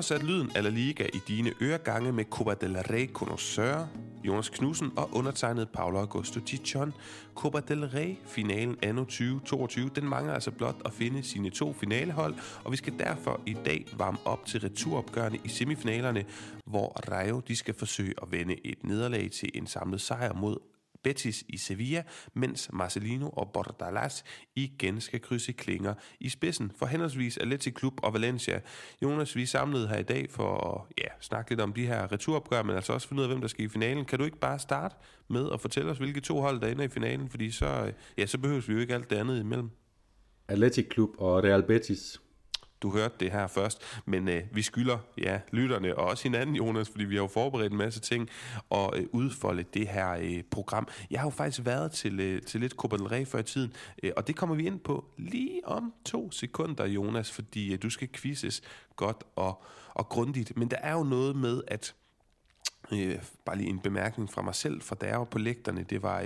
har sat lyden af La Liga i dine øregange med Copa del Rey connoisseur Jonas Knudsen og undertegnet Paulo Augusto Chichon. Copa del Rey-finalen anno 2022, den mangler altså blot at finde sine 2 finalehold, og vi skal derfor i dag varme op til returopgørene i semifinalerne, hvor Rayo de skal forsøge at vende et nederlag til en samlet sejr mod Betis i Sevilla, mens Marcelino og Bordalas igen skal krydse klinger i spidsen for henholdsvis Athletic Club og Valencia. Jonas, vi er samlet her i dag for at snakke lidt om de her returopgør, men altså også finde ud af, hvem der skal i finalen. Kan du ikke bare starte med at fortælle os, hvilke 2 hold der ender i finalen? Fordi så behøver vi jo ikke alt det andet imellem. Athletic Club og Real Betis. Du hørte det her først, men vi skylder lytterne og også hinanden, Jonas, fordi vi har jo forberedt en masse ting og udfolde det her program. Jeg har jo faktisk været til lidt Copa del Rey før i tiden, og det kommer vi ind på lige om 2 sekunder, Jonas, fordi du skal quizzes godt og grundigt. Men der er jo noget med, at bare lige en bemærkning fra mig selv, for da jeg var på lægterne, det var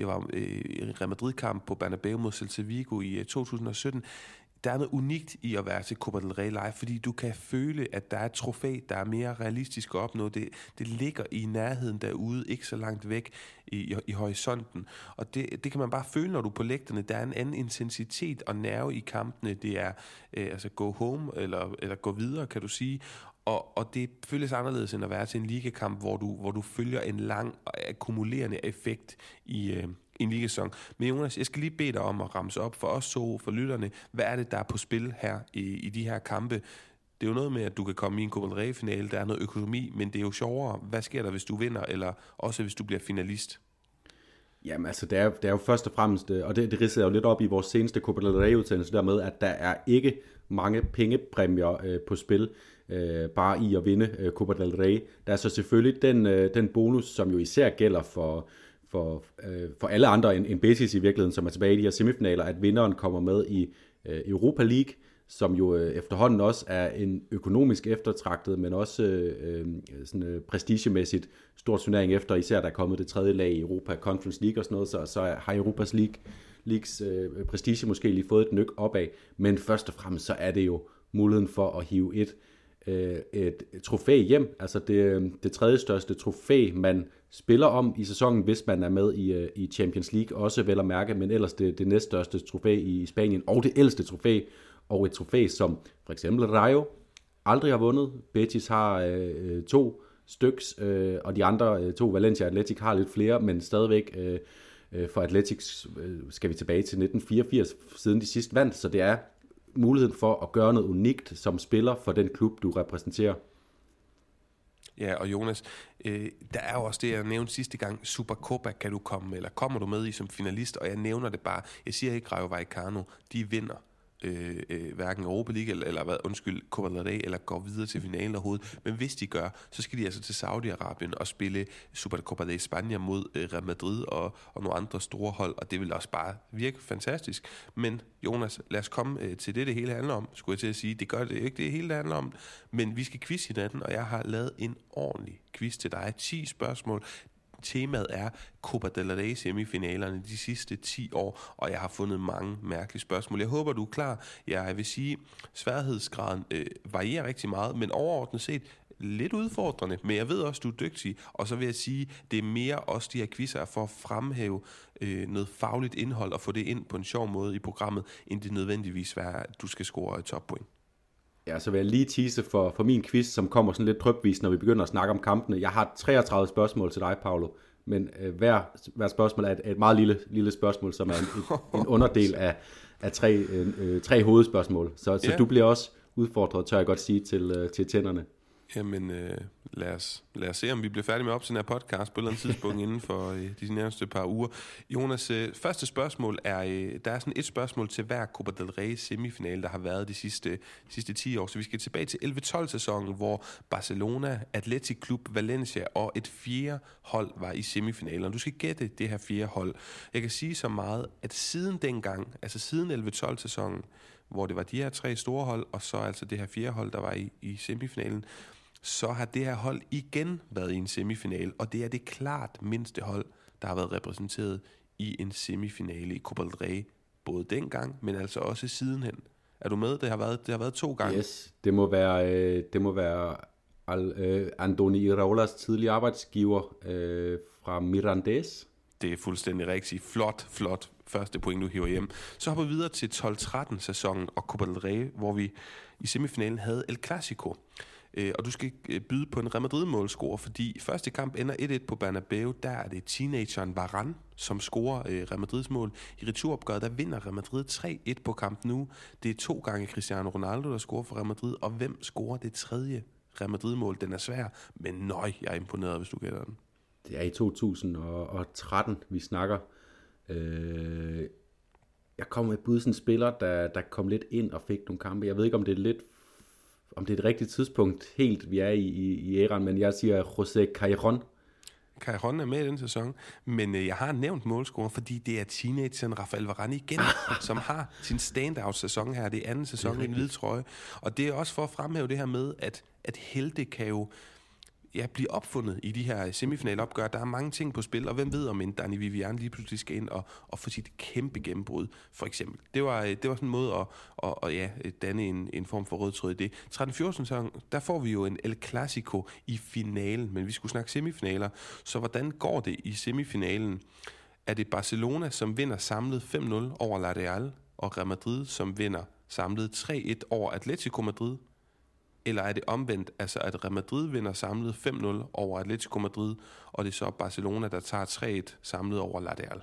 Real Madrid-kamp på Bernabeu mod Celta Vigo i 2017. Der er noget unikt i at være til Copa del Rey live, fordi du kan føle, at der er et trofæ, der er mere realistisk at opnå. Det ligger i nærheden derude, ikke så langt væk i horisonten. Og det kan man bare føle, når du er på lægterne. Der er en anden intensitet og nerve i kampene. Det er altså go home eller gå videre, kan du sige. Og det føles anderledes end at være til en ligakamp, hvor du følger en lang og akkumulerende effekt i en ligasæson. Men Jonas, jeg skal lige bede dig om at ramse op for os 2, for lytterne. Hvad er det, der er på spil her i de her kampe? Det er jo noget med, at du kan komme i en Copa del Rey-finale, der er noget økonomi, men det er jo sjovere. Hvad sker der, hvis du vinder, eller også hvis du bliver finalist? Jamen altså, det er jo først og fremmest, og det ridsede jeg jo lidt op i vores seneste Copa del Rey-udsendelse, der med, at der er ikke mange pengepræmier på spil, bare i at vinde Copa del Rey. Der er så selvfølgelig den bonus, som jo især gælder for alle andre end Betis i virkeligheden, som er tilbage i de her semifinaler, at vinderen kommer med i Europa League, som jo efterhånden også er en økonomisk eftertragtet, men også sådan prestigemæssigt stor turnering efter, især der er kommet det 3. lag i Europa Conference League og sådan noget, så har Europas Leagues prestige måske lige fået et nyk opad, men først og fremmest så er det jo muligheden for at hive et trofæ hjem, altså det 3. største trofæ, man spiller om i sæsonen, hvis man er med i Champions League, også vel at mærke, men ellers det næststørste trofæ i Spanien, og det ældste trofæ, og et trofæ, som for eksempel Rayo aldrig har vundet. Betis har 2 styks, og de andre 2, Valencia og Athletic, har lidt flere, men stadigvæk for Athletic skal vi tilbage til 1984, siden de sidst vandt, så det er muligheden for at gøre noget unikt som spiller for den klub, du repræsenterer. Ja, og Jonas, der er jo også det, jeg nævnte sidste gang, Supercopa kan du komme, eller kommer du med i som finalist, og jeg nævner det bare, jeg siger ikke Rayo Vallecano, de vinder hverken Europa League Copa del Rey, eller går videre til finalen overhovedet. Men hvis de gør, så skal de altså til Saudi-Arabien og spille Supercopa de España mod Real Madrid og nogle andre store hold, og det vil også bare virke fantastisk. Men Jonas, lad os komme til det hele handler om, skulle jeg til at sige. Det gør det ikke det hele, det handler om, men vi skal quizze hinanden, og jeg har lavet en ordentlig quiz til dig. 10 spørgsmål. Temaet er Copa del Rey semifinalerne de sidste 10 år, og jeg har fundet mange mærkelige spørgsmål. Jeg håber, du er klar. Jeg vil sige, sværhedsgraden varierer rigtig meget, men overordnet set lidt udfordrende, men jeg ved også, du er dygtig, og så vil jeg sige, det er mere også de her quizzer for at fremhæve noget fagligt indhold og få det ind på en sjov måde i programmet, end det nødvendigvis er, at du skal score toppoint. Ja, så vil jeg lige tease for min quiz, som kommer sådan lidt drypvis, når vi begynder at snakke om kampene. Jeg har 33 spørgsmål til dig, Paulo, men hver spørgsmål er et meget lille spørgsmål, som er en underdel af 3 hovedspørgsmål. Så du bliver også udfordret, tør jeg godt sige, til tænderne. Jamen, lad os se, om vi bliver færdige med op til den her podcast på et eller andet tidspunkt inden for de nærmeste par uger. Jonas, første spørgsmål er, der er sådan et spørgsmål til hver Copa del Rey semifinale, der har været de sidste 10 år. Så vi skal tilbage til 11-12 sæsonen, hvor Barcelona, Athletic Club, Valencia og et 4. hold var i semifinalen. Du skal gætte det her 4. hold. Jeg kan sige så meget, at siden dengang, altså siden 11-12 sæsonen, hvor det var de her 3 store hold, og så altså det her 4. hold, der var i semifinalen, så har det her hold igen været i en semifinale, og det er det klart mindste hold, der har været repræsenteret i en semifinale i Copa del Rey, både dengang, men altså også sidenhen. Er du med? Det har været 2 gange. Yes, det må være Andoni Iraolas tidlige arbejdsgiver fra Mirandés. Det er fuldstændig rigtigt. Flot første point, du hiver hjem. Så hopper vi videre til 12-13 sæsonen og Copa del Rey, hvor vi i semifinalen havde El Clasico. Og du skal byde på en Real Madrid-målscorer, fordi første kamp ender 1-1 på Bernabeu. Der er det teenageren Varane, som scorer Real Madrids mål. I returopgøret, der vinder Real Madrid 3-1 på kamp nu. Det er 2 gange Cristiano Ronaldo, der scorer for Real Madrid. Og hvem scorer det 3. Real Madrid-mål? Den er svær, men nøj, jeg er imponeret, hvis du gætter den. Det er i 2013, vi snakker. Jeg kom med et bud, sådan en spiller, der kom lidt ind og fik nogle kampe. Jeg ved ikke, om det er det rigtige tidspunkt helt, vi er i æraen, men jeg siger José Cairon. Cairon er med i den sæson, men jeg har nævnt målscorer, fordi det er teenageren Rafael Varane igen, som har sin standout-sæson her. Det er anden sæson i en hvid trøje. Og det er også for at fremhæve det her med, at helte kan jo blive opfundet i de her semifinalopgør. Der er mange ting på spil, og hvem ved, om en Dani Vivian lige pludselig skal ind og få sit kæmpe gennembrud, for eksempel. Det var sådan en måde at danne en form for rød tråd i det. 13-14 sæson, der får vi jo en El Clasico i finalen, men vi skulle snakke semifinaler. Så hvordan går det i semifinalen? Er det Barcelona, som vinder samlet 5-0 over La Real, og Real Madrid, som vinder samlet 3-1 over Atletico Madrid? Eller er det omvendt, altså at Real Madrid vinder samlet 5-0 over Atletico Madrid, og det er så Barcelona, der tager 3-1 samlet over La Real?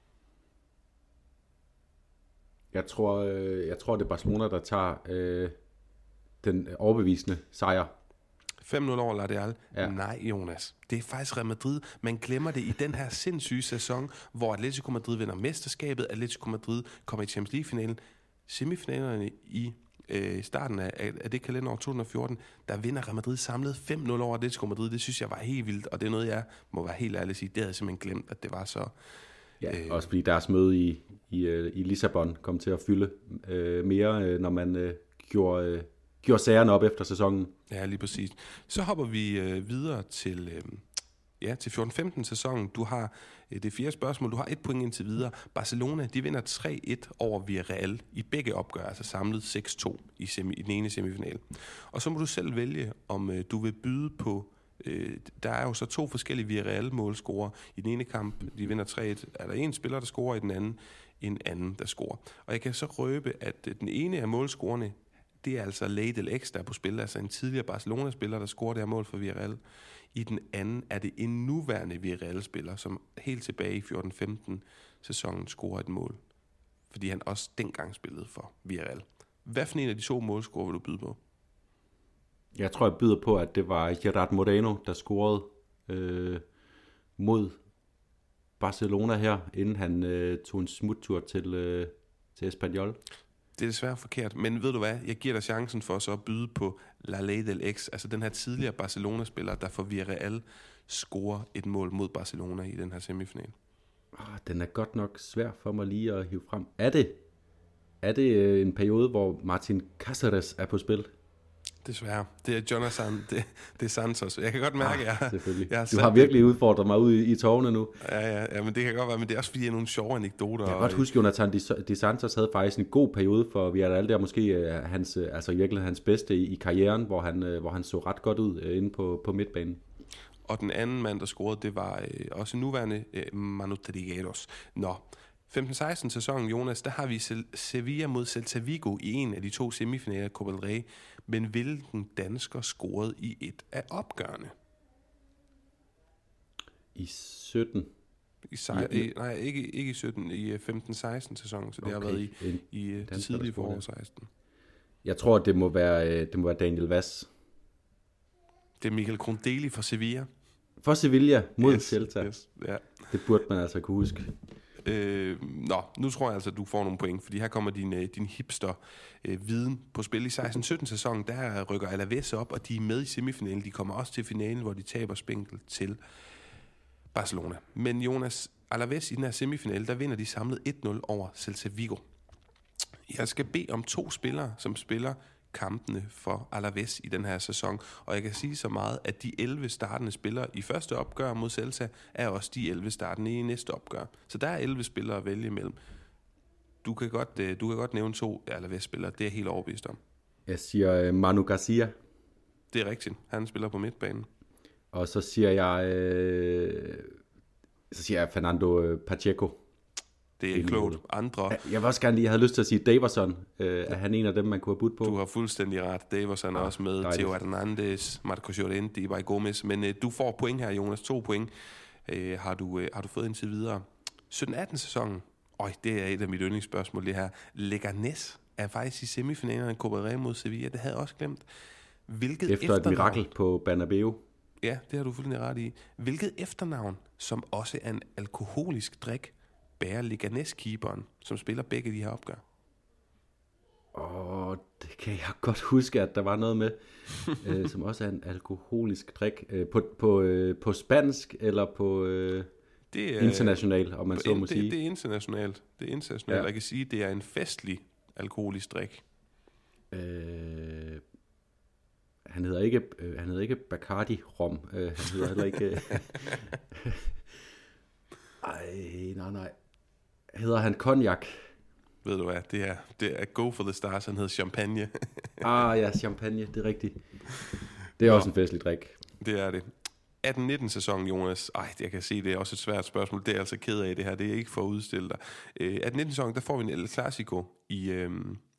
Jeg tror, det er Barcelona, der tager den overbevisende sejr. 5-0 over La Real? Ja. Nej, Jonas. Det er faktisk Real Madrid. Man glemmer det i den her sindssyge sæson, hvor Atletico Madrid vinder mesterskabet, Atletico Madrid kommer i Champions League-finalen. Semifinalerne i starten af det kalenderår 2014, der vinder Real Madrid samlet 5-0 over Atletico Madrid. Det synes jeg var helt vildt, og det er noget, jeg må være helt ærlig at sige, det havde jeg simpelthen glemt, at det var så. Ja, også fordi deres møde i Lissabon kom til at fylde mere, når man gjorde sagerne op efter sæsonen. Ja, lige præcis. Så hopper vi videre til 14-15 sæsonen. Du har det 4. spørgsmål. Du har 1 point indtil videre. Barcelona, de vinder 3-1 over Villarreal i begge opgør, altså samlet 6-2 i den ene semifinal. Og så må du selv vælge, om du vil byde på. Der er jo så 2 forskellige Villarreal-målscorer. I den ene kamp, de vinder 3-1, er der en spiller, der scorer, i den anden en anden, der scorer. Og jeg kan så røbe, at den ene af målscorerne, det er altså Leydel X, der er på spil, altså en tidligere Barcelona-spiller, der scorer det her mål for Villarreal. I den anden er det en nuværende Villarreal-spiller, som helt tilbage i 14-15 sæsonen scorer et mål, fordi han også dengang spillede for Villarreal. Hvad for en af de 2 målscorer vil du byde på? Jeg tror, jeg byder på, at det var Gerard Moreno, der scorede mod Barcelona her, inden han tog en smuttur til Espanyol. Det er desværre forkert, men ved du hvad? Jeg giver dig chancen for så at byde på La Ley del X, altså den her tidligere Barcelona-spiller, der for Villarreal scorer et mål mod Barcelona i den her semifinal. Den er godt nok svær for mig lige at hive frem. Er det en periode, hvor Martin Cáceres er på spil? Desværre. Det er Jonathan de Santos. Jeg kan godt mærke, du har virkelig udfordret mig ud i tårne nu. Ja, men det kan godt være, men det er også fordi, jeg har nogle sjove anekdoter. Jeg kan godt huske, Jonathan de Santos havde faktisk en god periode for Villarreal, der måske i virkeligheden hans bedste i karrieren, hvor han så ret godt ud inde på midtbanen. Og den anden mand, der scorede, det var også nuværende Manu Trigueros. Nå, 15-16 sæsonen, Jonas, der har vi Sevilla mod Celta Vigo i en af de 2 semifinaler af Copa del Rey. Men hvilken dansker scorede i et af opgørene? I 17? Nej, ikke i 17, i 15-16 sæsonen, så det har været i det tidlige forår 16. Jeg tror, det må være Daniel Vaz. Det er Michael Krondeli fra Sevilla. For Sevilla mod Celta. Yes, ja. Det burde man altså kunne huske. Nu tror jeg altså, at du får nogle point, fordi her kommer din hipster-viden på spil. I 16-17 sæsonen, der rykker Alaves op, og de er med i semifinalen. De kommer også til finalen, hvor de taber spinkel til Barcelona. Men Jonas, Alaves i den her semifinale, der vinder de samlet 1-0 over Celta Vigo. Jeg skal bede om 2 spillere, som spiller kampene for Alaves i den her sæson. Og jeg kan sige så meget, at de 11 startende spillere i første opgør mod Celta er også de 11 startende i næste opgør. Så der er 11 spillere at vælge imellem. Du kan godt nævne 2 Alaves-spillere, det er jeg helt overbevist om. Jeg siger Manu Garcia. Det er rigtigt. Han spiller på midtbanen. Og så siger jeg Fernando Pacheco. Det er klogt. Andre... Jeg vil også gerne lige, jeg havde lyst til at sige Daverson. Er han en af dem, man kunne have budt på? Du har fuldstændig ret. Daverson er også med. Dejligt. Theo Hernandez, Marco Llorente, Ibai Gomez. Men du får point her, Jonas. 2 point har du fået indtil videre. 17-18 sæsonen. Det er et af mit yndlingsspørgsmål, det her. Leganés er faktisk i semifinalerne af Copa del Rey mod Sevilla. Det havde jeg også glemt. Hvilket Efter et mirakel på Bernabeu. Ja, det har du fuldstændig ret i. Hvilket efternavn, som også er en alkoholisk drik, bærer Leganés-keeperen, som spiller begge de her opgør? Det kan jeg godt huske, at der var noget med, som også er en alkoholisk drik. På spansk eller på international, om man så må sige. Det er internationalt. Det er internationalt. Ja. Jeg kan sige, at det er en festlig alkoholisk drik. Han hedder ikke Bacardi Rom. Han hedder heller ikke... nej. Hedder han cognac? Ved du hvad, det er go for the stars, han hedder champagne. Ja, champagne, det er rigtigt. Det er også en festlig drik. Det er det. 18-19 sæsonen, Jonas. Jeg kan se, det er også et svært spørgsmål. Det er altså ked af det her. Det er ikke for at udstille dig. 18-19 sæsonen, der får vi en El Clasico i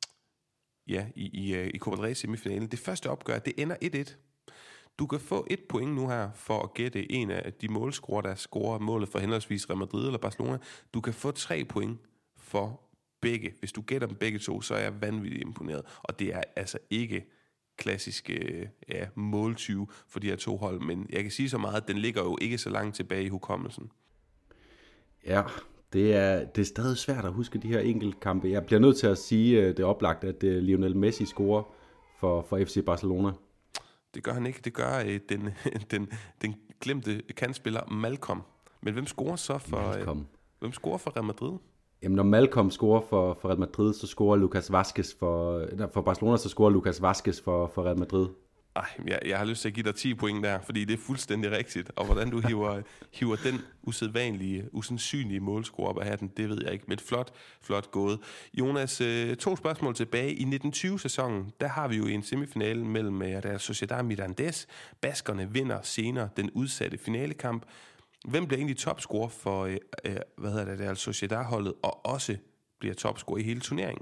Copa del Rey semifinalen. Det første opgør, det ender 1-1. Du kan få 1 point nu her for at gætte en af de målscorer, der scorer målet for henholdsvis Real Madrid eller Barcelona. Du kan få 3 point for begge. Hvis du gætter dem begge 2, så er jeg vanvittigt imponeret. Og det er altså ikke klassisk måltyve for de her 2 hold, men jeg kan sige så meget, at den ligger jo ikke så langt tilbage i hukommelsen. Ja, det er stadig svært at huske de her enkeltkampe. Jeg bliver nødt til at sige, det er oplagt, at Lionel Messi scorer for FC Barcelona. Det gør han ikke. Det gør den glemte kantspiller Malcolm. Men hvem scorer så for Real Madrid? Jamen, når Malcolm scorer for Real Madrid, så scorer Lucas Vazquez for Barcelona, så scorer Lucas Vazquez for Real Madrid. Jeg har lyst til at give dig 10 point der, fordi det er fuldstændig rigtigt. Og hvordan du hiver den usædvanlige, usandsynlige målscore op af hatten, det ved jeg ikke. Men flot gået. Jonas, 2 spørgsmål tilbage. I 1920-sæsonen, der har vi jo en semifinale mellem Real Sociedad og Mirandés. Baskerne vinder senere den udsatte finalekamp. Hvem bliver egentlig topscorer for Real Sociedad-holdet, og også bliver topscorer i hele turneringen?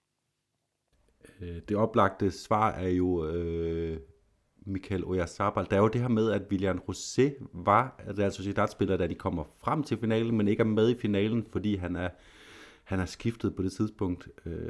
Det oplagte svar er jo Mikel Oyarzabal. Der er jo det her med, at Willian José var Real Sociedad-spiller, da de kommer frem til finalen, men ikke er med i finalen, fordi han er skiftet på det tidspunkt.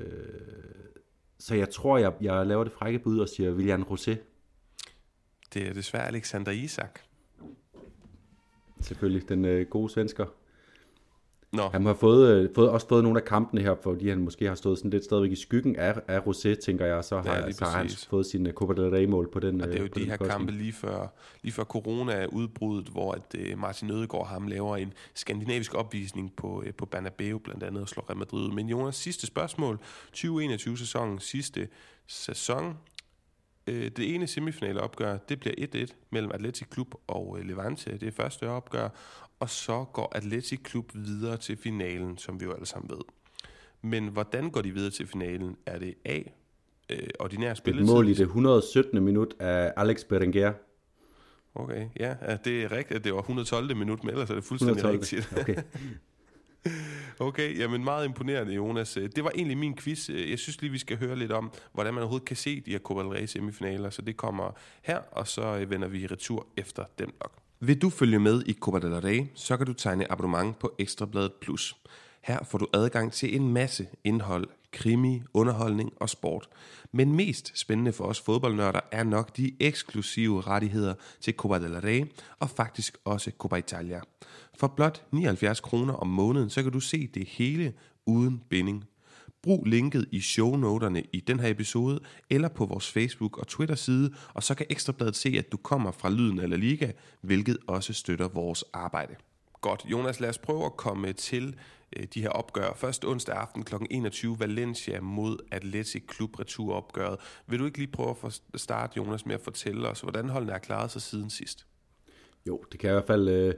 Så jeg tror, jeg laver det frække bud og siger Willian José. Det er desværre Alexander Isak. Selvfølgelig, den gode svensker. Nå. Han har også fået nogle af kampene her, fordi han måske har stået sådan lidt stadigvæk i skyggen af Rosé, tænker jeg, så har han fået sine Copa del Rey-mål på den. Og det er jo de her kampe lige før corona er udbruddet, hvor at Martin Ødegaard ham laver en skandinavisk opvisning på Bernabeu, blandt andet, og slår Real Madrid. Men Jonas, sidste spørgsmål. 2021-sæsonen, sidste sæson. Det ene semifinaleopgør, det bliver 1-1 mellem Athletic Club og Levante. Det er første opgør. Og så går Athletic Club videre til finalen, som vi jo alle sammen ved. Men hvordan går de videre til finalen? Er det ordinær spilletid? Et mål i det 117. minut af Alex Berenguer. Okay, ja, det er rigtigt. Det var 112. minut, men ellers er det fuldstændig 112. Rigtigt. Okay. Okay, jamen meget imponerende, Jonas. Det var egentlig min quiz. Jeg synes lige, vi skal høre lidt om, hvordan man overhovedet kan se de her Copa del Rey semifinaler. Så det kommer her, og så vender vi retur efter den blok. Vil du følge med i Copa del Rey, så kan du tegne abonnement på Ekstrabladet Plus. Her får du adgang til en masse indhold, krimi, underholdning og sport. Men mest spændende for os fodboldnørder er nok de eksklusive rettigheder til Copa del Rey og faktisk også Coppa Italia. For blot 79 kroner om måneden, så kan du se det hele uden binding. Brug linket i shownoterne i den her episode, eller på vores Facebook- og Twitter-side, og så kan Ekstrabladet se, at du kommer fra Lyden af La Liga, hvilket også støtter vores arbejde. Godt, Jonas, lad os prøve at komme til de her opgør. Først onsdag aften kl. 21, Valencia mod Athletic Club returopgøret. Vil du ikke lige prøve at starte, Jonas, med at fortælle os, hvordan holdene er klaret sig siden sidst? Jo, det kan jeg i hvert fald.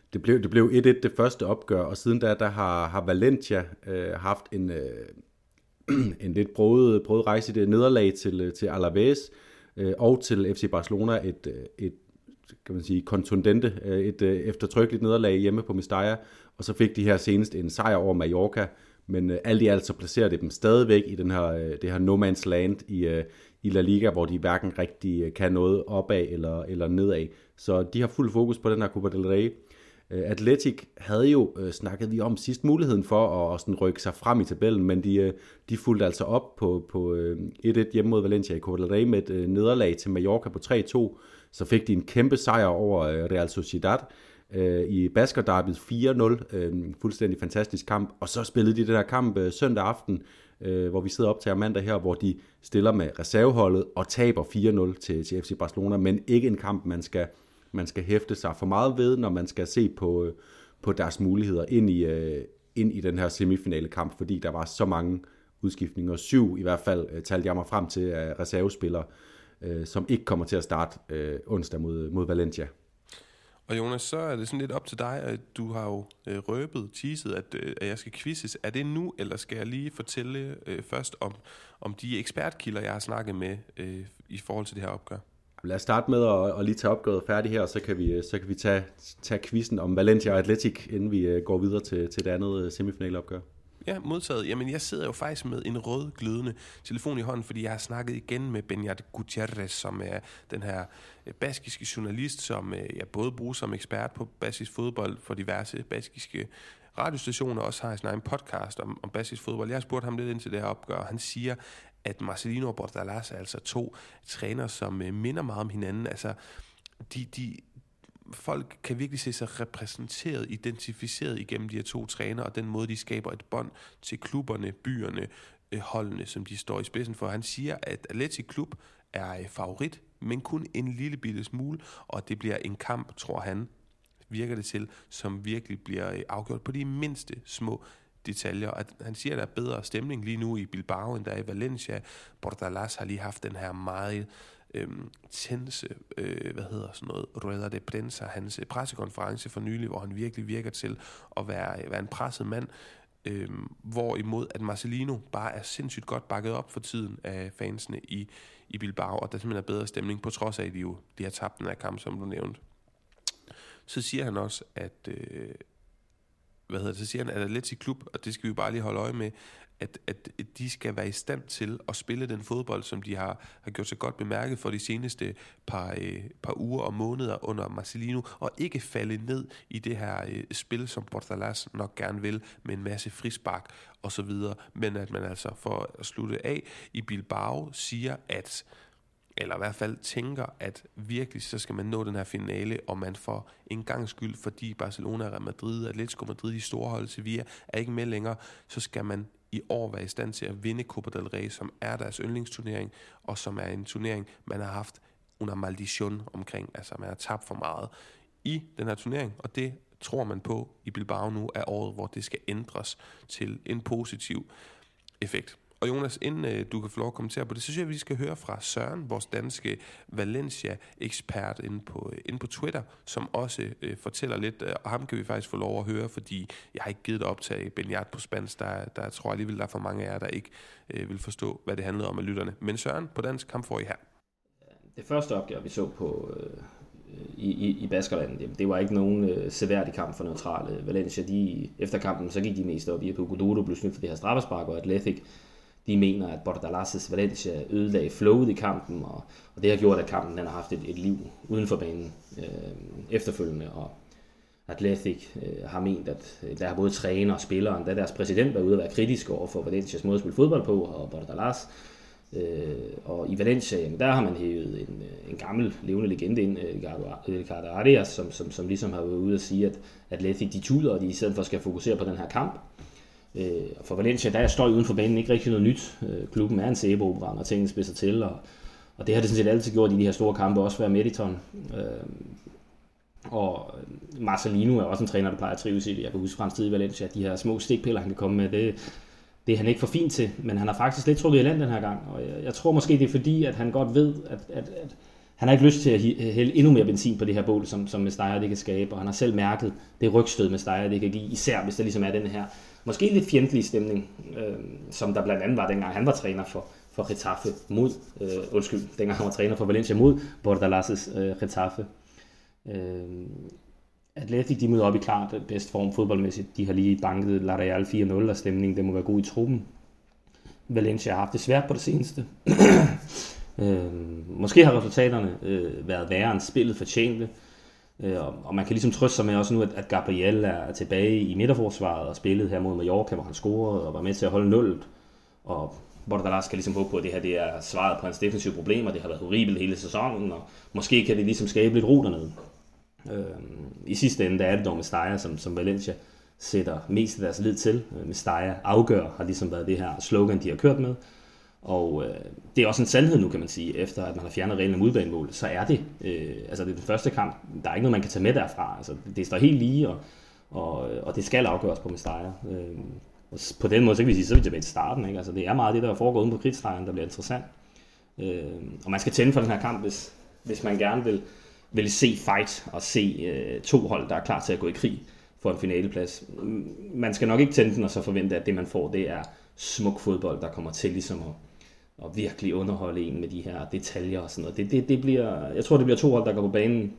Det blev 1-1 det første opgør, og siden da der har Valencia haft en lidt broget rejse i det nederlag til Alaves og til FC Barcelona, et kan man sige, kontundente, et eftertrykkeligt nederlag hjemme på Mestalla, og så fik de her senest en sejr over Mallorca, men alt i alt så placerer det dem stadigvæk i det her no man's land i La Liga, hvor de hverken rigtig kan noget opad eller nedad. Så de har fuld fokus på den her Copa del Rey. Athletic havde jo, snakket vi om sidst, muligheden for at sådan rykke sig frem i tabellen, men de fulgte altså op på 1-1 hjemme mod Valencia i Copa del Rey med et nederlag til Mallorca på 3-2. Så fik de en kæmpe sejr over Real Sociedad i Baskerderbyet 4-0. Fuldstændig fantastisk kamp. Og så spillede de den her kamp søndag aften, hvor vi sidder op til mandag her, hvor de stiller med reserveholdet og taber 4-0 til FC Barcelona, men ikke en kamp, man skal hæfte sig for meget ved, når man skal se på deres muligheder ind i den her semifinale kamp, fordi der var så mange udskiftninger. 7 i hvert fald talte jeg mig frem til af reservespillere, som ikke kommer til at starte onsdag mod Valencia. Og Jonas, så er det sådan lidt op til dig, at du har jo teaset, at jeg skal quizzes. Er det nu, eller skal jeg lige fortælle først om de ekspertkilder, jeg har snakket med i forhold til det her opgør? Lad os starte med at lige tage opgøret færdigt her, og så kan vi tage quizzen om Valencia og Athletic, inden vi går videre til det andet semifinaleopgør. Ja, modtaget. Jamen, jeg sidder jo faktisk med en rød glødende telefon i hånden, fordi jeg har snakket igen med Beñat Gutiérrez, som er den her baskiske journalist, som jeg både bruger som ekspert på baskisk fodbold for diverse baskiske radiostationer, og også har sin egen podcast om baskisk fodbold. Jeg har spurgt ham lidt ind til det her opgør, og han siger, at Marcelino og Bordalas er altså 2 trænere, som minder meget om hinanden. Altså, folk kan virkelig se sig repræsenteret, identificeret igennem de her 2 trænere, og den måde, de skaber et bånd til klubberne, byerne, holdene, som de står i spidsen for. Han siger, at Athletic Klub er favorit, men kun en lille bitte smule, og det bliver en kamp, tror han, virker det til, som virkelig bliver afgjort på de mindste små detaljer. At han siger, at der er bedre stemning lige nu i Bilbao, end der er i Valencia. Bordalas har lige haft den her meget tense, rueda de prensa, hans pressekonference for nylig, hvor han virkelig virker til at være en presset mand, hvorimod at Marcelino bare er sindssygt godt bakket op for tiden af fansene i Bilbao, og der simpelthen er bedre stemning, på trods af, at de har tabt den her kamp, som du nævnte. Så siger han også, at at Athletic Klub, og det skal vi bare lige holde øje med, at de skal være i stand til at spille den fodbold, som de har gjort sig godt bemærket for de seneste par uger og måneder under Marcelino, og ikke falde ned i det her spil, som Bordalas nok gerne vil, med en masse frispark og så videre, men at man altså, for at slutte af, i Bilbao siger, at eller i hvert fald tænker, at virkelig så skal man nå den her finale, og man får en gang skyld, fordi Barcelona, Real Madrid, Atletico Madrid, de store hold, Sevilla, er ikke med længere, så skal man i år være i stand til at vinde Copa del Rey, som er deres yndlingsturnering, og som er en turnering, man har haft under maldition omkring, altså man har tabt for meget i den her turnering, og det tror man på i Bilbao nu, er året, hvor det skal ændres til en positiv effekt. Og Jonas, inden du kan få lov at kommentere på det, så synes jeg, at vi skal høre fra Søren, vores danske Valencia-ekspert inde på Twitter, som også fortæller lidt, og ham kan vi faktisk få lov at høre, fordi jeg har ikke givet at optage Beñat på spansk, der tror jeg alligevel, der er for mange af jer, der ikke vil forstå, hvad det handlede om af lytterne. Men Søren, på dansk, ham får I her. Det første opgør, vi så på i Baskerlandet, det var ikke nogen seværdig kamp for neutrale. Valencia, efter kampen, så gik de mest op i, at Godoro blev snydt for det her straffespark, og Athletic, de mener, at Bordalas' Valencia ødelagde flowet i kampen, og det har gjort, at kampen den har haft et liv uden for banen efterfølgende, og Athletic har ment, at der er både træner og spillere, da deres præsident var ude at være kritisk over for Valencias måde at spille fodbold på, og Bordalas. Og i Valencia, der har man hævet en gammel levende legende ind, Ricardo Arias, som ligesom har været ude at sige, at Athletic de tuder, og de i stedet for skal fokusere på den her kamp. For Valencia, der er støj uden for banen ikke rigtig noget nyt. Klubben er en sæbeopera, når tingene spidser til, og det har det sådan set altid gjort i de her store kampe, også være Mediton. Og Marcelino er også en træner, der plejer at trives i det. Jeg kan huske fra hans tid i Valencia, de her små stikpiller, han kan komme med, det er han ikke for fint til, men han har faktisk lidt trukket i land den her gang. Og jeg tror måske, det er fordi, at han godt ved, at han har ikke lyst til at hælde endnu mere benzin på det her bål, som Mestalla det kan skabe, og han har selv mærket det rygstød Mestalla det kan give, især hvis der ligesom er den her måske lidt fjendtlige stemning, som der blandt andet var dengang han var træner for Getafe mod, dengang han var træner for Valencia mod Bordalas' Getafe. Atletic, de møder op i klart bedst form fodboldmæssigt. De har lige banket La Real 4-0, og stemningen det må være god i truppen. Valencia har haft det svært på det seneste. Måske har resultaterne været værre end spillet fortjente. Og man kan ligesom trøste sig med også nu, at Gabriel er tilbage i midterforsvaret og spillet her mod Mallorca, hvor han scorede og var med til at holde nullet. Og Bordalas skal ligesom håbe på, at det her det er svaret på hans defensive problemer. Det har været horribelt hele sæsonen, og måske kan det ligesom skabe lidt ro dernede. I sidste ende der er det dog Mestalla, som Valencia sætter mest af deres lid til. Mestalla afgør har ligesom været det her slogan, de har kørt med. Og det er også en sandhed nu, kan man sige, efter at man har fjernet reglen om udbanemål, så er det, altså det er den første kamp, der er ikke noget, man kan tage med derfra. Altså, det står helt lige, og det skal afgøres på Mestalla. Og på den måde, så kan vi sige, så er vi tilbage til starten. Ikke? Altså, det er meget det, der foregår uden på kridtstregen, der bliver interessant. Og man skal tænde for den her kamp, hvis man gerne vil se fight og se to hold, der er klar til at gå i krig for en finaleplads. Man skal nok ikke tænde den og så forvente, at det man får, det er smuk fodbold, der kommer til ligesom at virkelig underholde en med de her detaljer og sådan noget. Det bliver, jeg tror, det bliver to hold, der går på banen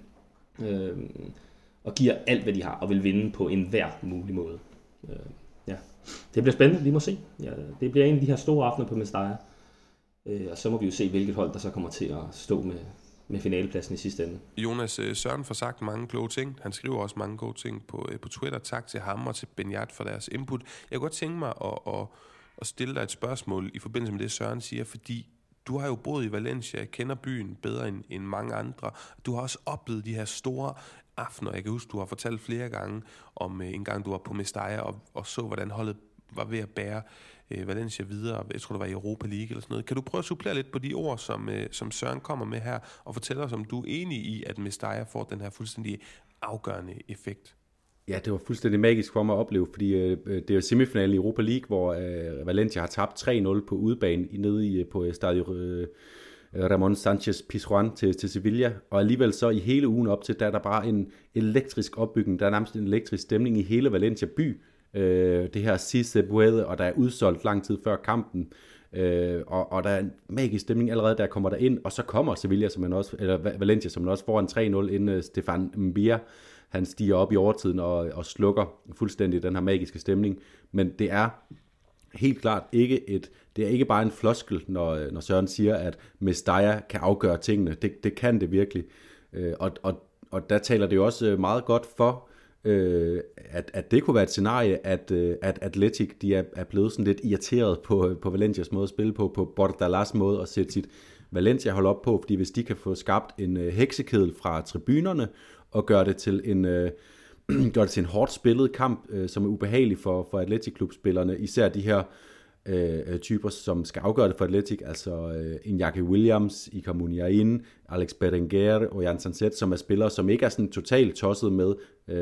og giver alt, hvad de har, og vil vinde på enhver mulig måde. Ja. Det bliver spændende, vi må se. Ja, det bliver en af de her store aftener på Mestalla. Og så må vi jo se, hvilket hold, der så kommer til at stå med finalepladsen i sidste ende. Jonas, Søren får sagt mange kloge ting. Han skriver også mange gode ting på Twitter. Tak til ham og til Benyat for deres input. Jeg kunne godt tænke mig at stille dig et spørgsmål i forbindelse med det, Søren siger, fordi du har jo boet i Valencia, kender byen bedre end mange andre. Du har også oplevet de her store aftener. Jeg kan huske, du har fortalt flere gange om en gang, du var på Mestalla og så, hvordan holdet var ved at bære Valencia videre. Jeg tror, det var i Europa League eller sådan noget. Kan du prøve at supplere lidt på de ord, som Søren kommer med her, og fortælle os, om du er enig i, at Mestalla får den her fuldstændig afgørende effekt? Ja, det var fuldstændig magisk for mig at opleve, fordi det er jo semifinalen i Europa League, hvor Valencia har tabt 3-0 på udebane nede på Stadio Ramon Sanchez Pizjuan til Sevilla, og alligevel så i hele ugen op til, der er der bare en elektrisk opbygning, der er nærmest en elektrisk stemning i hele Valencia by. Det her Si se puede, og der er udsolgt lang tid før kampen, og der er en magisk stemning allerede, der kommer der ind, og så kommer Sevilla, Valencia, som man også får en 3-0, inden Stefan Mbia, han stiger op i overtiden og slukker fuldstændig den her magiske stemning. Men det er helt klart ikke bare en floskel, når Søren siger, at Mestalla kan afgøre tingene. Det kan det virkelig. Og der taler det jo også meget godt for, at det kunne være et scenarie, at Atletic de er blevet sådan lidt irriteret på Valencias måde at spille på Bordalas måde at sætte sit Valencia-hold op på, fordi hvis de kan få skabt en heksekedel fra tribunerne og gøre det til en hårdt spillet kamp, som er ubehagelig for Atletic-klubspillerne, især de her typer, som skal afgøre det for Atletic, altså Iñaki Williams, Iker Muniain, Alex Berenguer og Jan Sanzet, som er spillere, som ikke er sådan totalt tosset med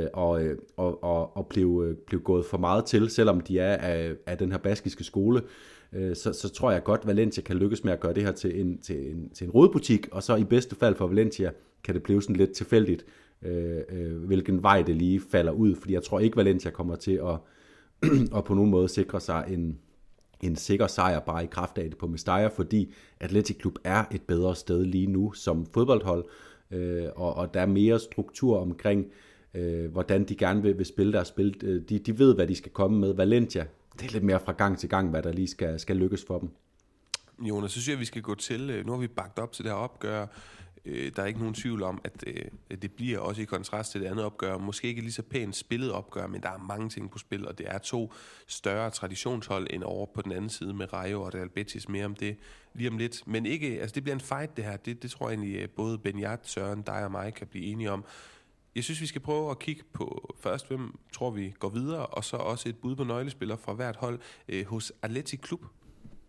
at blive gået for meget til, selvom de er af den her baskiske skole. Så tror jeg godt, Valencia kan lykkes med at gøre det her til en rodebutik, og så i bedste fald for Valencia kan det blive sådan lidt tilfældigt, hvilken vej det lige falder ud, fordi jeg tror ikke, Valencia kommer til at på nogen måde sikre sig en sikker sejr bare i kraft af det på Mestalla, fordi Atletic Klub er et bedre sted lige nu som fodboldhold, og der er mere struktur omkring, hvordan de gerne vil spille deres spil. De ved, hvad de skal komme med. Valencia, det er lidt mere fra gang til gang, hvad der lige skal lykkes for dem. Jonas, så synes jeg, vi skal gå til, nu har vi bagt op til det her opgør. Der er ikke nogen tvivl om, at det bliver også i kontrast til det andet opgør. Måske ikke lige så pænt spillet opgør, men der er mange ting på spil, og det er to større traditionshold end over på den anden side med Rayo og Real Betis. Mere om det lige om lidt. Men ikke, altså det bliver en fight det her. Det tror jeg egentlig både Benyat, Søren, dig og mig kan blive enige om. Jeg synes, vi skal prøve at kigge på først, hvem tror vi går videre, og så også et bud på nøglespillere fra hvert hold hos Atletic Klub,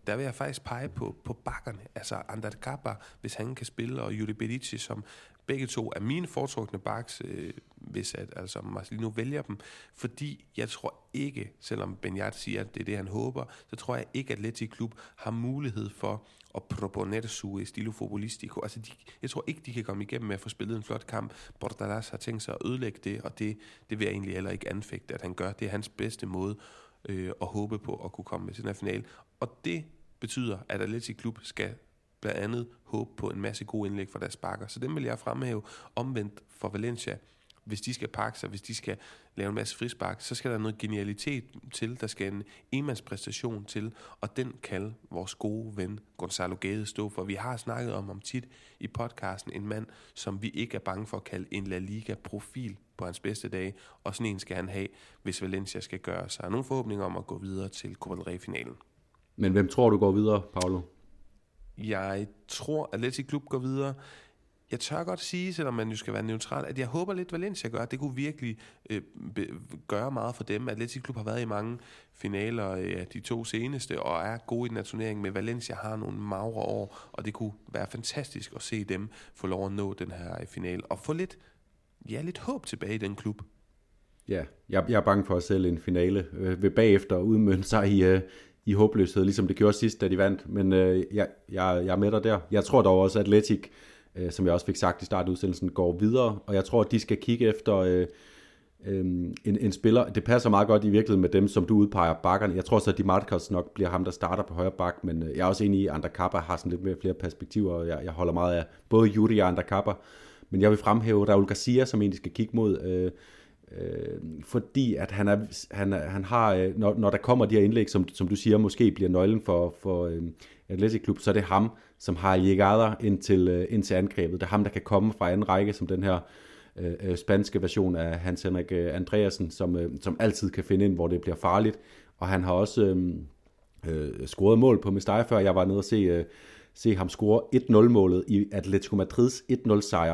der vil jeg faktisk pege på bakkerne. Altså Ander Kappa, hvis han kan spille, og Juri Berici, som begge to er mine foretrukne backs, hvis altså Marcelino vælger dem. Fordi jeg tror ikke, selvom Beñat siger, at det er det, han håber, så tror jeg ikke, at Athletic Klub har mulighed for at proponer su estilo futbolistico. Altså, jeg tror ikke, de kan komme igennem med at få spillet en flot kamp. Bordalas har tænkt sig at ødelægge det, og det vil jeg egentlig heller ikke anfægte, at han gør. Det er hans bedste måde at håbe på at kunne komme med til den her finale. Og det betyder, at Athletic Klub skal blandt andet håbe på en masse gode indlæg fra deres bakker. Så dem vil jeg fremhæve. Omvendt for Valencia, hvis de skal pakke sig, hvis de skal lave en masse frispark, så skal der noget genialitet til, der skal en enmandspræstation til, og den kan vores gode ven Gonzalo Gade stå for. Vi har snakket om ham tit i podcasten, en mand, som vi ikke er bange for at kalde en La Liga-profil på hans bedste dage, og sådan en skal han have, hvis Valencia skal gøre sig nogle forhåbninger om at gå videre til Copa del Rey-finalen. Men hvem tror du går videre, Paolo? Jeg tror, at Athletic Klub går videre. Jeg tør godt sige, selvom man jo skal være neutral, at jeg håber lidt, Valencia gør. Det kunne virkelig gøre meget for dem. Athletic Klub har været i mange finaler de 2 seneste, og er gode i den her turnering, men Valencia har nogle magre år, og det kunne være fantastisk at se dem få lov at nå den her finale, og få lidt håb tilbage i den klub. Ja, jeg er bange for at sælge en finale ved bagefter udmønte sig i håbløshed, ligesom det gjorde sidst, da de vandt. Men jeg er med dig der. Jeg tror dog også, at Athletic, som jeg også fik sagt i starten af udsendelsen, går videre, og jeg tror, at de skal kigge efter en spiller. Det passer meget godt i virkeligheden med dem, som du udpeger bakkerne. Jeg tror så, at Di Marcos nok bliver ham, der starter på højre bak, men jeg er også enig i, at Ander Kappa har sådan lidt mere flere perspektiver, og jeg holder meget af både Juri og Ander Kappa. Men jeg vil fremhæve Raul Garcia, som egentlig skal kigge mod, fordi at han har, når der kommer de her indlæg, som du siger, måske bliver nøglen for Athletic Klub, så er det ham, som har llegada ind til angrebet. Det er ham, der kan komme fra anden række, som den her spanske version af Hans Henrik Andreasen, som altid kan finde ind, hvor det bliver farligt. Og han har også scoret mål på Mestalla før. Jeg var nede og se ham score 1-0-målet i Atletico Madrids 1-0-sejr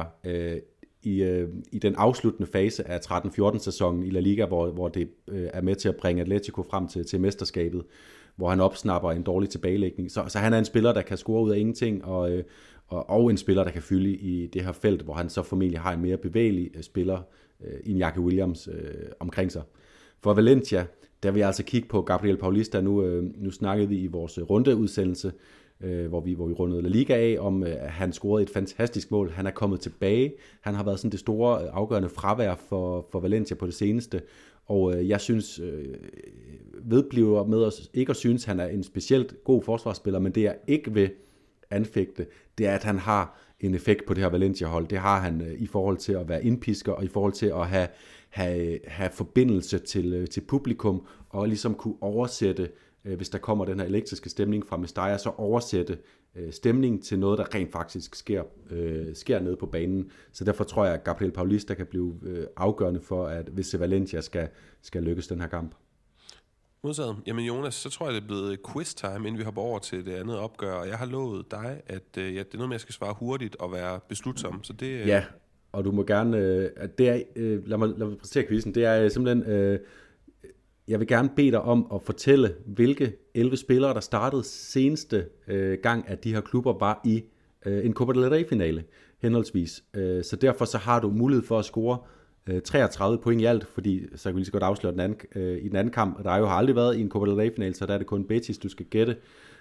i den afsluttende fase af 13-14-sæsonen i La Liga, hvor det er med til at bringe Atletico frem til mesterskabet, hvor han opsnapper en dårlig tilbagelægning. Så han er en spiller, der kan score ud af ingenting, og en spiller, der kan fylde i det her felt, hvor han så formentlig har en mere bevægelig spiller, Iñaki Williams, omkring sig. For Valencia, der vil jeg altså kigge på Gabriel Paulista. Nu snakkede vi i vores rundeudsendelse, hvor vi rundede La Liga af, om at han scorede et fantastisk mål. Han er kommet tilbage. Han har været sådan det store afgørende fravær for Valencia på det seneste. Og jeg synes, vedbliver med os ikke at synes, han er en specielt god forsvarsspiller, men det jeg ikke vil anfægte, det er, at han har en effekt på det her Valencia-hold. Det har han i forhold til at være indpisker, og i forhold til at have forbindelse til publikum, og ligesom kunne oversætte, hvis der kommer den her elektriske stemning fra Mestalla, så oversætte stemningen til noget, der rent faktisk sker nede på banen. Så derfor tror jeg, at Gabriel Paulista kan blive afgørende for, at hvis Valencia skal lykkes den her kamp. Modtaget. Jamen Jonas, så tror jeg, det er blevet quiz-time, inden vi hopper over til det andet opgør. Og jeg har lovet dig, at det er noget med, at jeg skal svare hurtigt og være beslutsom. Så det, ja, og du må gerne... lad mig præsentere quizzen. Det er simpelthen... Jeg vil gerne bede dig om at fortælle, hvilke 11 spillere, der startede seneste gang, at de her klubber var i en Copa del Rey-finale, henholdsvis. Så derfor så har du mulighed for at score 33 point i alt, fordi så kan vi lige så godt afsløre i den anden kamp. Der har aldrig været i en Copa del Rey-finale, så der er det kun Betis, du skal gætte.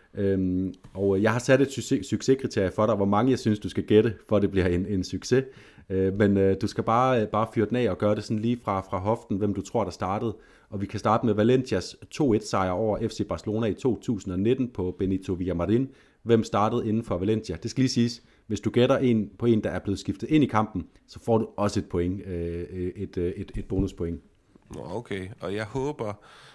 Og jeg har sat et succeskriterie for dig, hvor mange jeg synes, du skal gætte, for at det bliver en succes. Men du skal bare fyre den af og gøre det sådan lige fra hoften, hvem du tror, der startede. Og vi kan starte med Valencias 2-1-sejr over FC Barcelona i 2019 på Benito Villamarin. Hvem startede inden for Valencia? Det skal lige siges, hvis du gætter på en, der er blevet skiftet ind i kampen, så får du også et point, et bonuspoint. Okay, og jeg håber...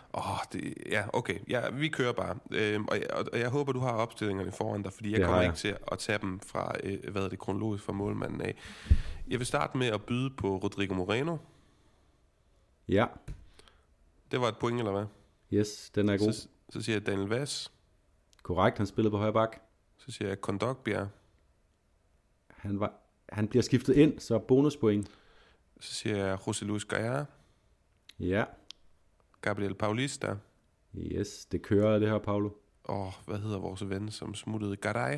vi kører bare. Og jeg håber, du har opstillingerne foran dig, fordi jeg kommer ikke til at tage dem fra, kronologisk fra målmanden af. Jeg vil starte med at byde på Rodrigo Moreno. Ja. Det var et point, eller hvad? Yes, den er god. Så siger jeg Daniel Vaz. Korrekt, han spillede på højre bak. Så siger jeg Kondogbia. Han bliver skiftet ind, så bonuspoint. Så siger jeg José Luis Gaya. Ja. Gabriel Paulista. Yes, det kører det her, Paulo. hvad hedder vores ven, som smuttede? Garay?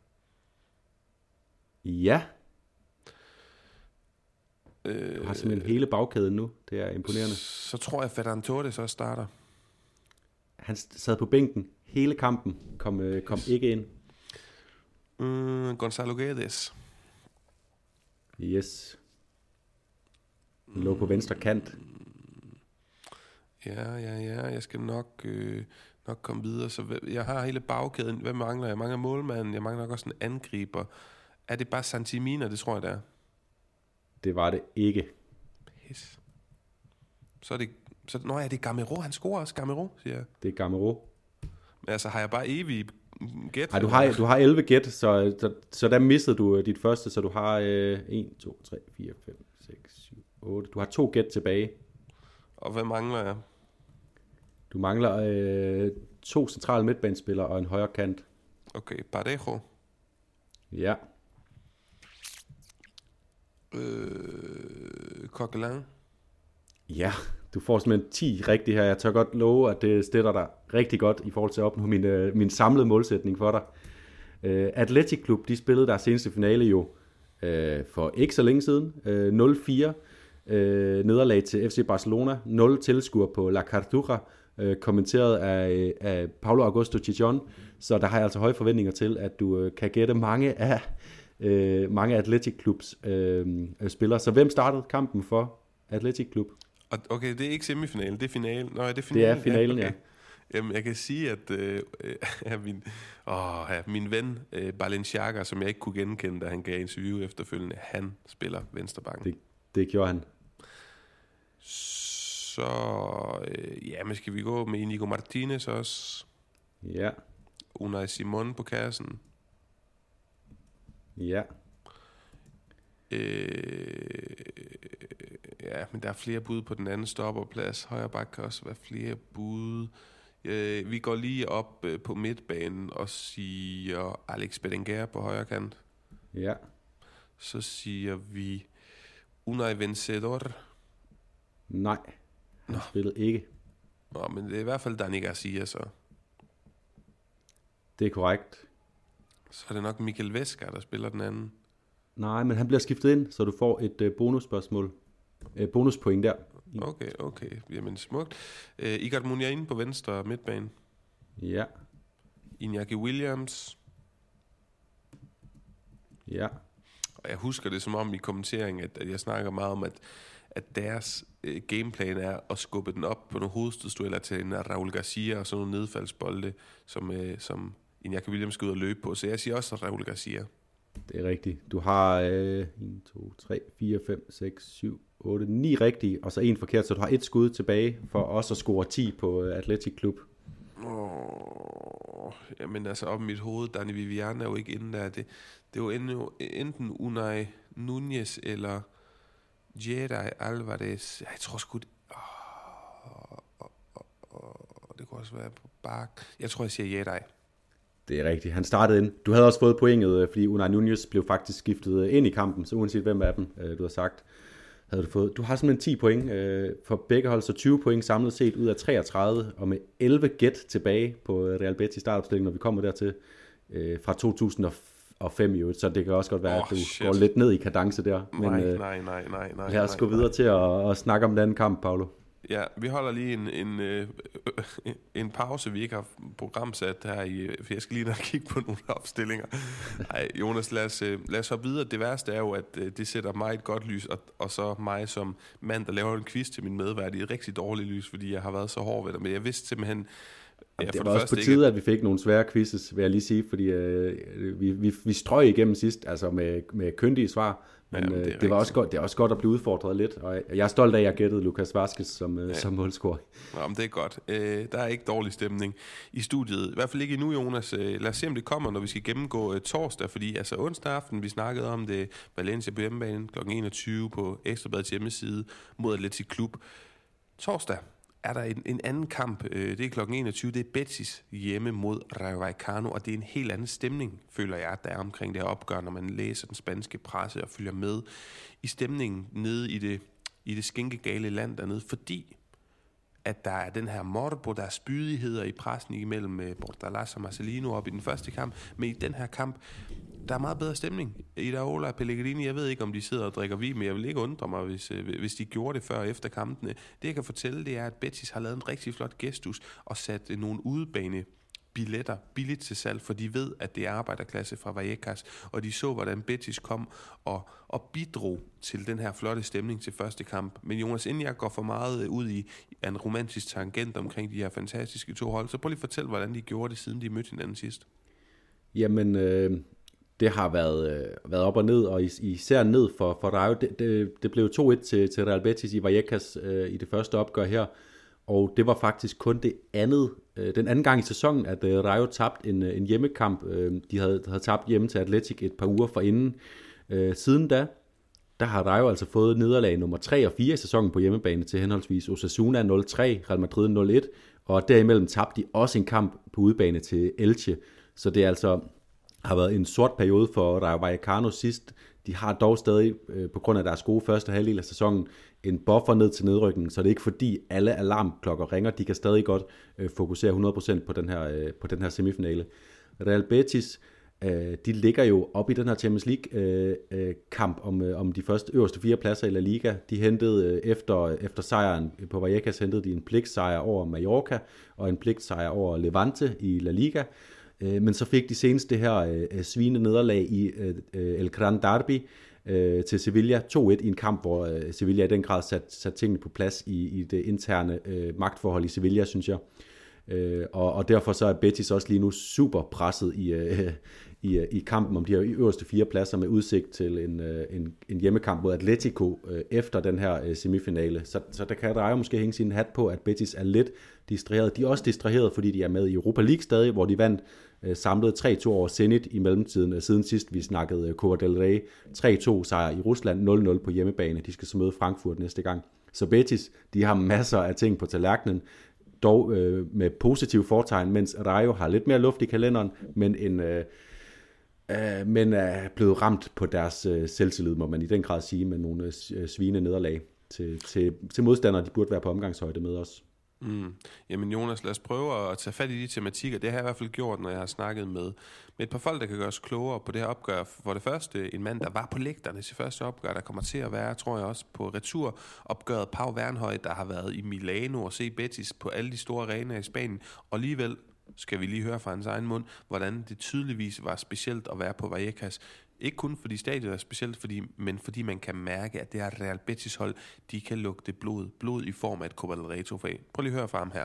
Ja. Du har simpelthen hele bagkæden nu. Det er imponerende. Så tror jeg, Ferran Torres også starter. Han sad på bænken hele kampen. Kom ikke ind. Gonzalo Guedes. Yes. Han lå på venstre kant. Ja. Jeg skal nok komme videre. Så jeg har hele bagkæden. Hvad mangler jeg? Jeg mangler målmanden. Jeg mangler nok også en angriber. Er det bare Santimina? Det tror jeg, det er. Det var det ikke. Pis. Så er det... Nå ja, det er Gamero. Han scorer også. Gamero, siger jeg. Det er Gamero. Men altså, har jeg bare evig gæt? Nej, du har 11 gæt, så der mistede du dit første, så du har 1, 2, 3, 4, 5, 6, 7, 8. Du har 2 gæt tilbage. Og hvad mangler jeg? Du mangler 2 centrale midtbanespillere og en højre kant. Okay, Parejo. Ja. Coquelin. Ja, du får simpelthen 10 rigtigt her. Jeg tør godt love, at det stiller dig rigtig godt i forhold til at opnå min samlede målsætning for dig. Athletic Club, de spillede deres seneste finale jo for ikke så længe siden. 0-4 nederlag til FC Barcelona. 0 tilskuere på La Cartuja, kommenteret af Paulo Augusto Chichon. Så der har jeg altså høje forventninger til, at du kan gætte mange af Athletic Clubs spillere. Så hvem startede kampen for Athletic Club? Okay, det er ikke semifinalen, det er finalen. Nå, det er finalen. Det er finalen, ja. Okay. Jamen, jeg kan sige, at min ven Balenciaga, som jeg ikke kunne genkende, da han gav interview efterfølgende, han spiller venstrebacken. Det gjorde han. Så, men skal vi gå med Inigo Martinez også? Ja. Unai Simon på kassen? Ja. Ja, men der er flere bud på den anden stopperplads. Højre bak kan også være flere bud. Vi går lige op på midtbanen og siger Alex Berenguer på højre kant. Ja. Så siger vi Unai Vencedor. Nej, han spillede ikke. Nå, men det er i hvert fald Dani Garcia, så. Det er korrekt. Så er det nok Mikel Vesga, der spiller den anden. Nej, men han bliver skiftet ind, så du får et bonusspørgsmål. Bonuspoint der. Okay. Jamen smukt. Igat Muniain på venstre midtbane. Ja. Iñaki Williams. Ja. Og jeg husker det som om i kommenteringen, at jeg snakker meget om, at deres gameplan er at skubbe den op på nogle hovedstødsdueller til en Raul Garcia og sådan nogle nedfaldsbolde, som Iñaki Williams skal ud og løbe på. Så jeg siger også Raul Garcia. Det er rigtigt. Du har 1, 2, 3, 4, 5, 6, 7, 8, 9 rigtige, og så en forkert, så du har et skud tilbage for også at score 10 på Athletic Club. Jamen altså op i mit hoved, Dani Vivian er jo ikke inde der. Det er jo enten Unai Núñez eller Jedi Alvarez. Jeg tror sgu... det kunne også være på bak. Jeg tror, jeg siger Jedi. Det er rigtigt. Han startede ind. Du havde også fået pointet, fordi Unai Núñez blev faktisk skiftet ind i kampen, så uanset hvem af dem, du har sagt, havde du fået. Du har simpelthen 10 point for begge hold, så 20 point samlet set ud af 33, og med 11 gæt tilbage på Real Betis startopstilling, når vi kommer dertil fra 2005 i øvrigt, så det kan også godt være, at du går lidt ned i kadence der. Men, nej. Lad os gå videre til at snakke om den anden kamp, Paulo. Ja, vi holder lige en pause, vi ikke har programsat her for jeg skal lige kigge på nogle opstillinger. Nej, Jonas, lad os hoppe videre. Det værste er jo, at det sætter mig et godt lys, og så mig som mand, der laver en quiz til min medvært i et rigtig dårligt lys, fordi jeg har været så hård ved det. Men jeg vidste simpelthen... Det var også på tide, at vi fik nogle svære quizzes, vil jeg lige sige, fordi vi strøg igennem sidst, altså med kyndige svar, men det var også godt, det er også godt at blive udfordret lidt, og jeg er stolt af, at jeg gættede Lucas Vázquez som målscorer. Jamen, det er godt. Der er ikke dårlig stemning i studiet, i hvert fald ikke endnu, Jonas. Lad os se, om det kommer, når vi skal gennemgå torsdag, fordi altså onsdag aften, vi snakkede om det, Valencia på hjemmebane, kl. 21 på Ekstra Bladets hjemmeside mod Athletic Club. Torsdag er der en anden kamp, det er kl. 21, det er Betis hjemme mod Rayo Vallecano, og det er en helt anden stemning, føler jeg, der er omkring det her opgør, når man læser den spanske presse og følger med i stemningen nede i det skinkegale land dernede, fordi at der er den her morbo, der er spydigheder i pressen imellem Bordalas og Marcelino op i den første kamp, men i den her kamp, der er meget bedre stemning. Iraola og Pellegrini, jeg ved ikke, om de sidder og drikker vin, men jeg vil ikke undre mig, hvis de gjorde det før og efter kampene. Det, jeg kan fortælle, det er, at Betis har lavet en rigtig flot gestus og sat nogle udebane-billetter billigt til salg, for de ved, at det er arbejderklasse fra Vallecas, og de så, hvordan Betis kom og bidrog til den her flotte stemning til første kamp. Men Jonas, inden jeg går for meget ud i en romantisk tangent omkring de her fantastiske to hold, så prøv lige at fortælle, hvordan de gjorde det, siden de mødte hinanden sidst. Jamen, det har været op og ned, og især ned for Rayo. Det blev 2-1 til Real Betis i Vallecas i det første opgør her, og det var faktisk kun den anden gang i sæsonen, at Rayo tabte en hjemmekamp. De havde tabt hjemme til Athletic et par uger forinden. Siden da har Rayo altså fået nederlag nummer 3 og 4 i sæsonen på hjemmebane til henholdsvis Osasuna 0-3, Real Madrid 0-1, og derimellem tabte de også en kamp på udebane til Elche. Så det altså har været en sort periode for Rayo Vallecano sidst. De har dog stadig, på grund af deres gode første halvdel af sæsonen, en buffer ned til nedrykningen, så det er ikke fordi alle alarmklokker ringer. De kan stadig godt fokusere 100% på den her semifinale. Real Betis, de ligger jo op i den her Champions League-kamp om de øverste 4 pladser i La Liga. De hentede efter sejren på Vallecas, hentede de en pligtsejr over Mallorca og en pligtsejr over Levante i La Liga. Men så fik de senest det her svine nederlag i El Gran Derby til Sevilla 2-1 i en kamp, hvor Sevilla i den grad sat tingene på plads i det interne magtforhold i Sevilla, synes jeg. Og derfor så er Betis også lige nu super presset i kampen om de her øverste 4 pladser med udsigt til en hjemmekamp mod Atletico efter den her semifinale. Så der kan Rayo måske hænge sin hat på, at Betis er lidt distraheret. De er også distraheret, fordi de er med i Europa League stadig, hvor de vandt samlet 3-2 over Zenit i mellemtiden, siden sidst vi snakkede Copa del Rey. 3-2 sejr i Rusland, 0-0 på hjemmebane. De skal så møde Frankfurt næste gang. Så Betis, de har masser af ting på tallerkenen, dog med positive fortegn, mens Rayo har lidt mere luft i kalenderen, men er blevet ramt på deres selvtillid, må man i den grad sige, med nogle svine nederlag til modstandere, de burde være på omgangshøjde med os. Jamen Jonas, lad os prøve at tage fat i de tematikker. Det har jeg i hvert fald gjort, når jeg har snakket med et par folk, der kan gøre os klogere på det her opgør. For det første, en mand, der var på lægterne til første opgør, der kommer til at være, tror jeg også, på returopgøret, Pau Wernhøj, der har været i Milano og se Betis på alle de store arenaer i Spanien, og alligevel skal vi lige høre fra hans egen mund, hvordan det tydeligvis var specielt at være på Vallecas. Ikke kun fordi stadion er specielt, men fordi man kan mærke, at det her Real Betis hold, de kan lugte blod i form af et Copa del Rey trofæ. Prøv lige at høre fra ham her.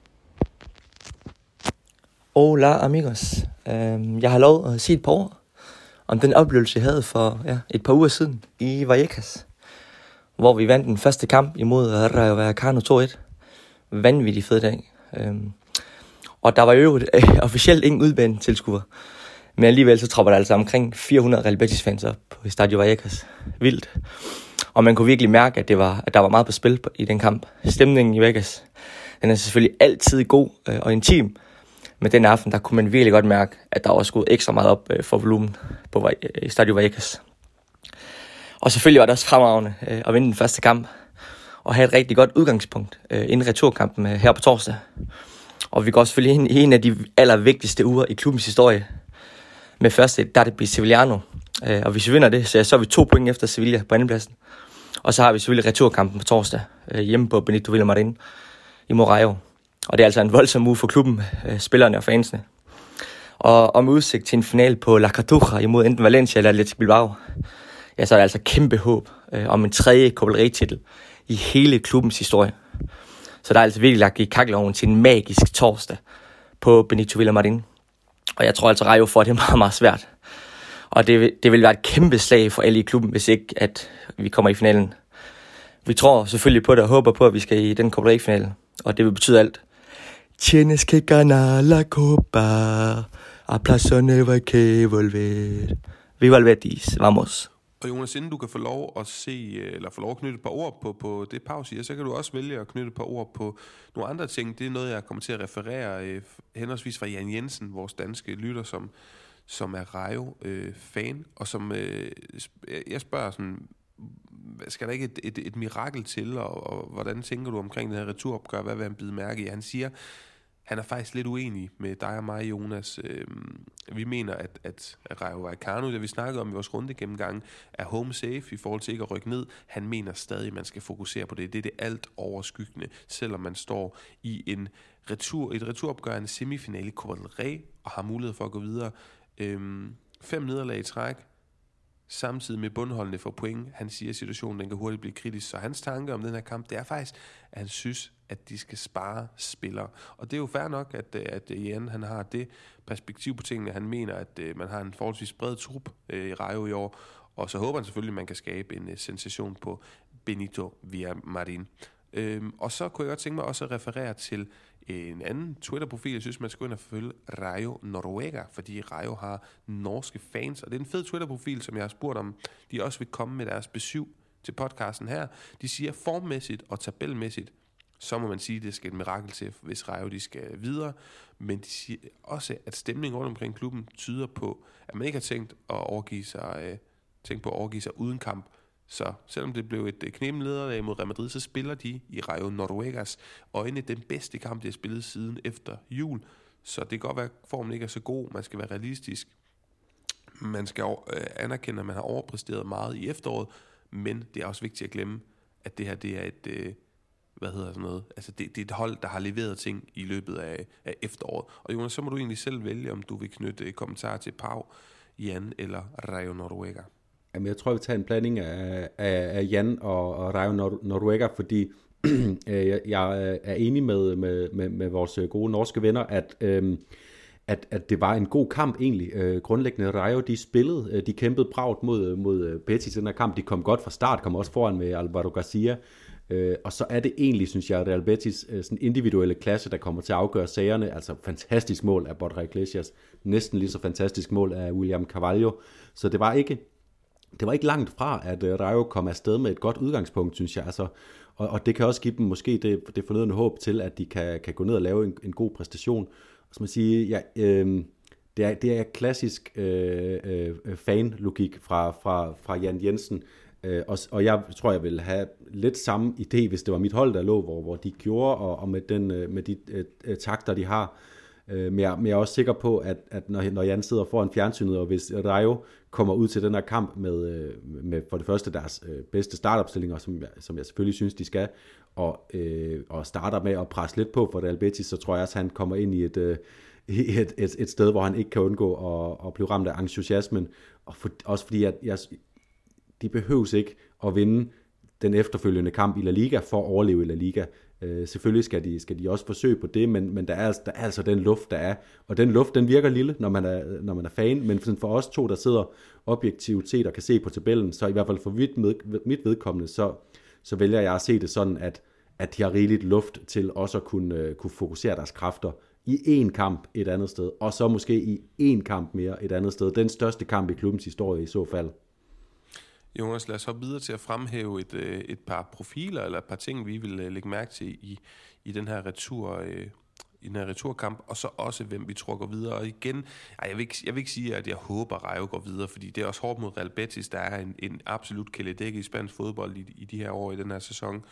Hola amigos. Jeg har lov at sige et par ord om den oplevelse, jeg havde for et par uger siden i Vallecas, hvor vi vandt den første kamp imod Rayo Vallecano 2-1. Vanvittig fed dag. Og der var jo officielt ingen udbanetilskuere. Men alligevel så tropper der altså omkring 400 Real Betis-fans op på Estadio Vallecas. Vildt. Og man kunne virkelig mærke, at der var meget på spil i den kamp. Stemningen i Vegas, den er selvfølgelig altid god og intim. Men den aften, der kunne man virkelig godt mærke, at der var skruet ekstra meget op for volumen på Estadio Vallecas. Og selvfølgelig var det også fremragende at vinde den første kamp. Og have et rigtig godt udgangspunkt inden returkampen her på torsdag. Og vi går selvfølgelig ind i en af de allervigtigste uger i klubbens historie. Med første, der det bliver Sevillano. Og hvis vi vinder det, så er vi 2 point efter Sevilla på andenpladsen. Og så har vi selvfølgelig returkampen på torsdag hjemme på Benito Villamarín i Rayo. Og det er altså en voldsom uge for klubben, spillerne og fansene. Og med udsigt til en final på La Cartuja imod enten Valencia eller Athletic Bilbao, ja, så er der altså kæmpe håb om en 3. Copa del Rey-titel i hele klubbens historie. Så der er altså virkelig lagt i kakkelovnen til en magisk torsdag på Benito Villamarín. Og jeg tror altså, Rayo får det meget, meget svært. Og det vil være et kæmpe slag for alle i klubben, hvis ikke at vi kommer i finalen. Vi tror selvfølgelig på det og håber på, at vi skal i den Copa del Rey-finale. Og det vil betyde alt. Tienes que ganar la Copa. A plaza nueva que volver. Viva el Betis. Vamos. Og Jonas, inden du kan få lov at få lov at knytte et par ord på det Pau siger, så kan du også vælge at knytte et par ord på nogle andre ting. Det er noget, jeg kommer til at referere henholdsvis fra Jan Jensen, vores danske lytter, som er Rayo-fan, og som jeg spørger sådan, skal der ikke et mirakel til, og hvordan tænker du omkring det her returopgør? Hvad vil han bide mærke i? Han siger, han er faktisk lidt uenig med dig og mig, Jonas. Vi mener, at Rayo Vallecano, det vi snakkede om i vores runde gennemgang, er home safe i forhold til ikke at rykke ned. Han mener stadig, at man skal fokusere på det. Det er det alt overskyggende, selvom man står i et returopgør, en semifinale i Copa del Rey, og har mulighed for at gå videre. 5 nederlag i træk, samtidig med bundholdene for point. Han siger, at situationen den kan hurtigt blive kritisk. Så hans tanke om den her kamp, det er faktisk, at han synes, at de skal spare spillere. Og det er jo fair nok, at Jan han har det perspektiv på tingene. Han mener, at man har en forholdsvis bred trup i Rayo i år. Og så håber han selvfølgelig, at man kan skabe en sensation på Benito Villamarin. Og så kunne jeg godt tænke mig også at referere til en anden Twitter-profil. Jeg synes, man skal gå ind og følge Rayo Noruega, fordi Rayo har norske fans. Og det er en fed Twitter-profil, som jeg har spurgt om. De også vil komme med deres besøg til podcasten her. De siger, formmæssigt og tabelmæssigt, så må man sige, at det skal et mirakel til, hvis Rayo de skal videre. Men de siger også, at stemningen rundt omkring klubben tyder på, at man ikke har tænkt at overgive sig uden kamp. Så selvom det blev et knebent nederlag mod Real Madrid, så spiller de i Rayo Noruegas øjne den bedste kamp, de har spillet siden efter jul. Så det kan godt være, at formen ikke er så god. Man skal være realistisk. Man skal anerkende, at man har overpræsteret meget i efteråret, men det er også vigtigt at glemme, at det her det er et... Altså det er et hold, der har leveret ting i løbet af efteråret. Og Jonas, så må du egentlig selv vælge, om du vil knytte kommentarer til Pau, Jan eller Rayo Noruega. Jamen, jeg tror, vi tager en blanding af Jan og Rayo Noruega, fordi jeg er enig med vores gode norske venner, at det var en god kamp egentlig. Grundlæggende Rayo, de kæmpede bravt mod Betis i den her kamp. De kom godt fra start, kom også foran med Alvaro Garcia. Og så er det egentlig, synes jeg, Real Betis sådan individuelle klasse, der kommer til at afgøre sagerne. Altså fantastisk mål af Borja Iglesias, næsten lige så fantastisk mål af William Carvalho. Så det var ikke langt fra, at Rayo kom afsted med et godt udgangspunkt, synes jeg. Altså, og det kan også give dem måske det fornødne håb til, at de kan gå ned og lave en god præstation. Og som man siger, det er klassisk fanlogik fra Jan Jensen. Og jeg tror, jeg vil have lidt samme idé, hvis det var mit hold, der lå, hvor de gjorde, og med de takter, de har. Men jeg er også sikker på, at når Jan sidder foran fjernsynet, og hvis Rayo kommer ud til den her kamp med for det første deres bedste startopstillinger, som jeg selvfølgelig synes, de skal, og starter med at presse lidt på for Real Betis, så tror jeg også, at han kommer ind i et sted, hvor han ikke kan undgå at blive ramt af entusiasmen. Også fordi, at de behøves ikke at vinde den efterfølgende kamp i La Liga for at overleve i La Liga. Selvfølgelig skal de også forsøge på det, men der er altså den luft, der er. Og den luft, den virker lille, når man er fan, men for os to, der sidder objektivt set og kan se på tabellen, så i hvert fald for mit vedkommende, så vælger jeg at se det sådan, at de har rigeligt luft til også at kunne fokusere deres kræfter i én kamp et andet sted, og så måske i én kamp mere et andet sted. Den største kamp i klubbens historie i så fald. Jonas, lad os hoppe videre til at fremhæve et par profiler eller et par ting, vi vil lægge mærke til i den her returkamp, og så også, hvem vi tror går videre. Og igen, jeg vil ikke sige, at jeg håber, at Rayo går videre, fordi det er også hårdt mod Real Betis. Der er en absolut kæledække i spansk fodbold i de her år i den her sæson.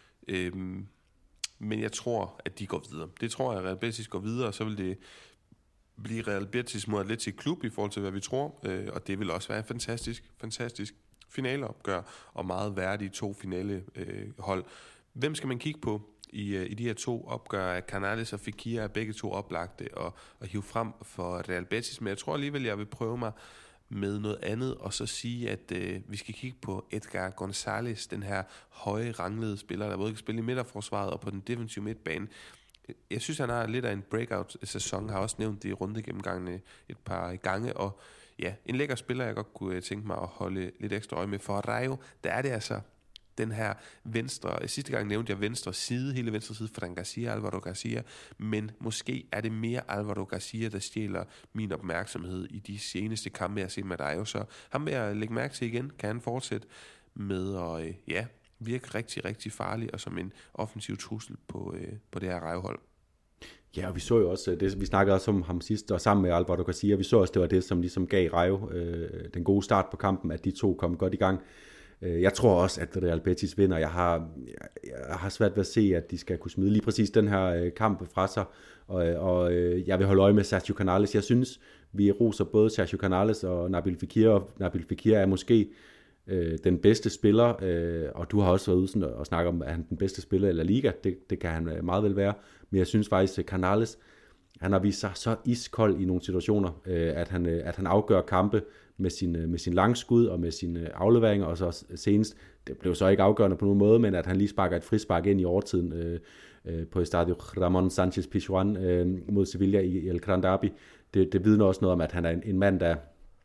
Men jeg tror, at de går videre. Det tror jeg, at Real Betis går videre, og så vil det blive Real Betis mod Athletic Club i forhold til, hvad vi tror. Og det vil også være fantastisk finaleopgør og meget værdige 2 finale hold. Hvem skal man kigge på i de her 2 opgør? Canales og Fekir er begge 2 oplagte og hive frem for Real Betis, men jeg tror alligevel, jeg vil prøve mig med noget andet, og så sige, at vi skal kigge på Edgar Gonzalez, den her høje ranglede spiller, der både kan spille i midterforsvaret og på den defensive midtbane. Jeg synes, han har lidt af en breakout-sæson, har også nævnt det i rundegennemgangene et par gange, og ja, en lækker spiller, jeg godt kunne tænke mig at holde lidt ekstra øje med. For Rayo, der er det altså den her venstre, sidste gang nævnte jeg venstre side, hele venstre side, Fran Garcia, Alvaro Garcia, men måske er det mere Alvaro Garcia, der stjæler min opmærksomhed i de seneste kampe, jeg har set med Rayo. Så ham vil jeg lægge mærke til igen, kan han fortsætte med at virke rigtig, rigtig farlig, og som en offensiv trussel på det her Rayo-hold. Ja, og vi så jo også, vi snakkede også om ham sidst, og sammen med Alvaro Garcia, vi så også, det var det, som ligesom gav Rayo den gode start på kampen, at de 2 kom godt i gang. Jeg tror også, at Real Betis vinder. Jeg har svært ved at se, at de skal kunne smide lige præcis den her kamp fra sig, og jeg vil holde øje med Sergio Canales. Jeg synes, vi roser både Sergio Canales og Nabil Fekir, og Nabil Fekir er måske den bedste spiller, og du har også været ude sådan og snakke om, at han er den bedste spiller i La Liga. Det kan han meget vel være, men jeg synes faktisk, at Canales, han har vist sig så iskold i nogle situationer, at han afgør kampe med sin langskud og med sine afleveringer, og så senest, det blev så ikke afgørende på nogen måde, men at han lige sparker et frispark ind i overtiden på Estadio Ramon Sanchez Pizjuan mod Sevilla i El Gran Derby. Det vidner også noget om, at han er en mand, der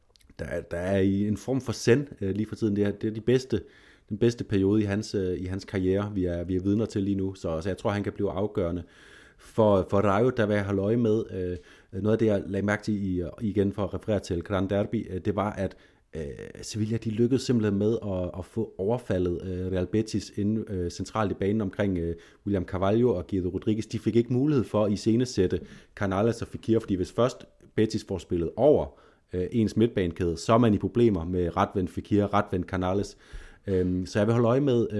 er i en form for send lige for tiden. Det er den bedste periode i hans karriere, vi er vidner til lige nu, så jeg tror, han kan blive afgørende. For Rayo, der vil jeg holde øje med, noget af det, jeg lagde mærke til igen for at referere til Gran Derby, det var, at Sevilla, de lykkedes simpelthen med at få overfaldet Real Betis inde centralt i banen omkring William Carvalho og Guido Rodriguez. De fik ikke mulighed for at iscenesætte Canales og Fekir, fordi hvis først Betis får spillet over ens midtbanekæde, så er man i problemer med retvendt Fekir, retvendt Canales. Så jeg vil holde øje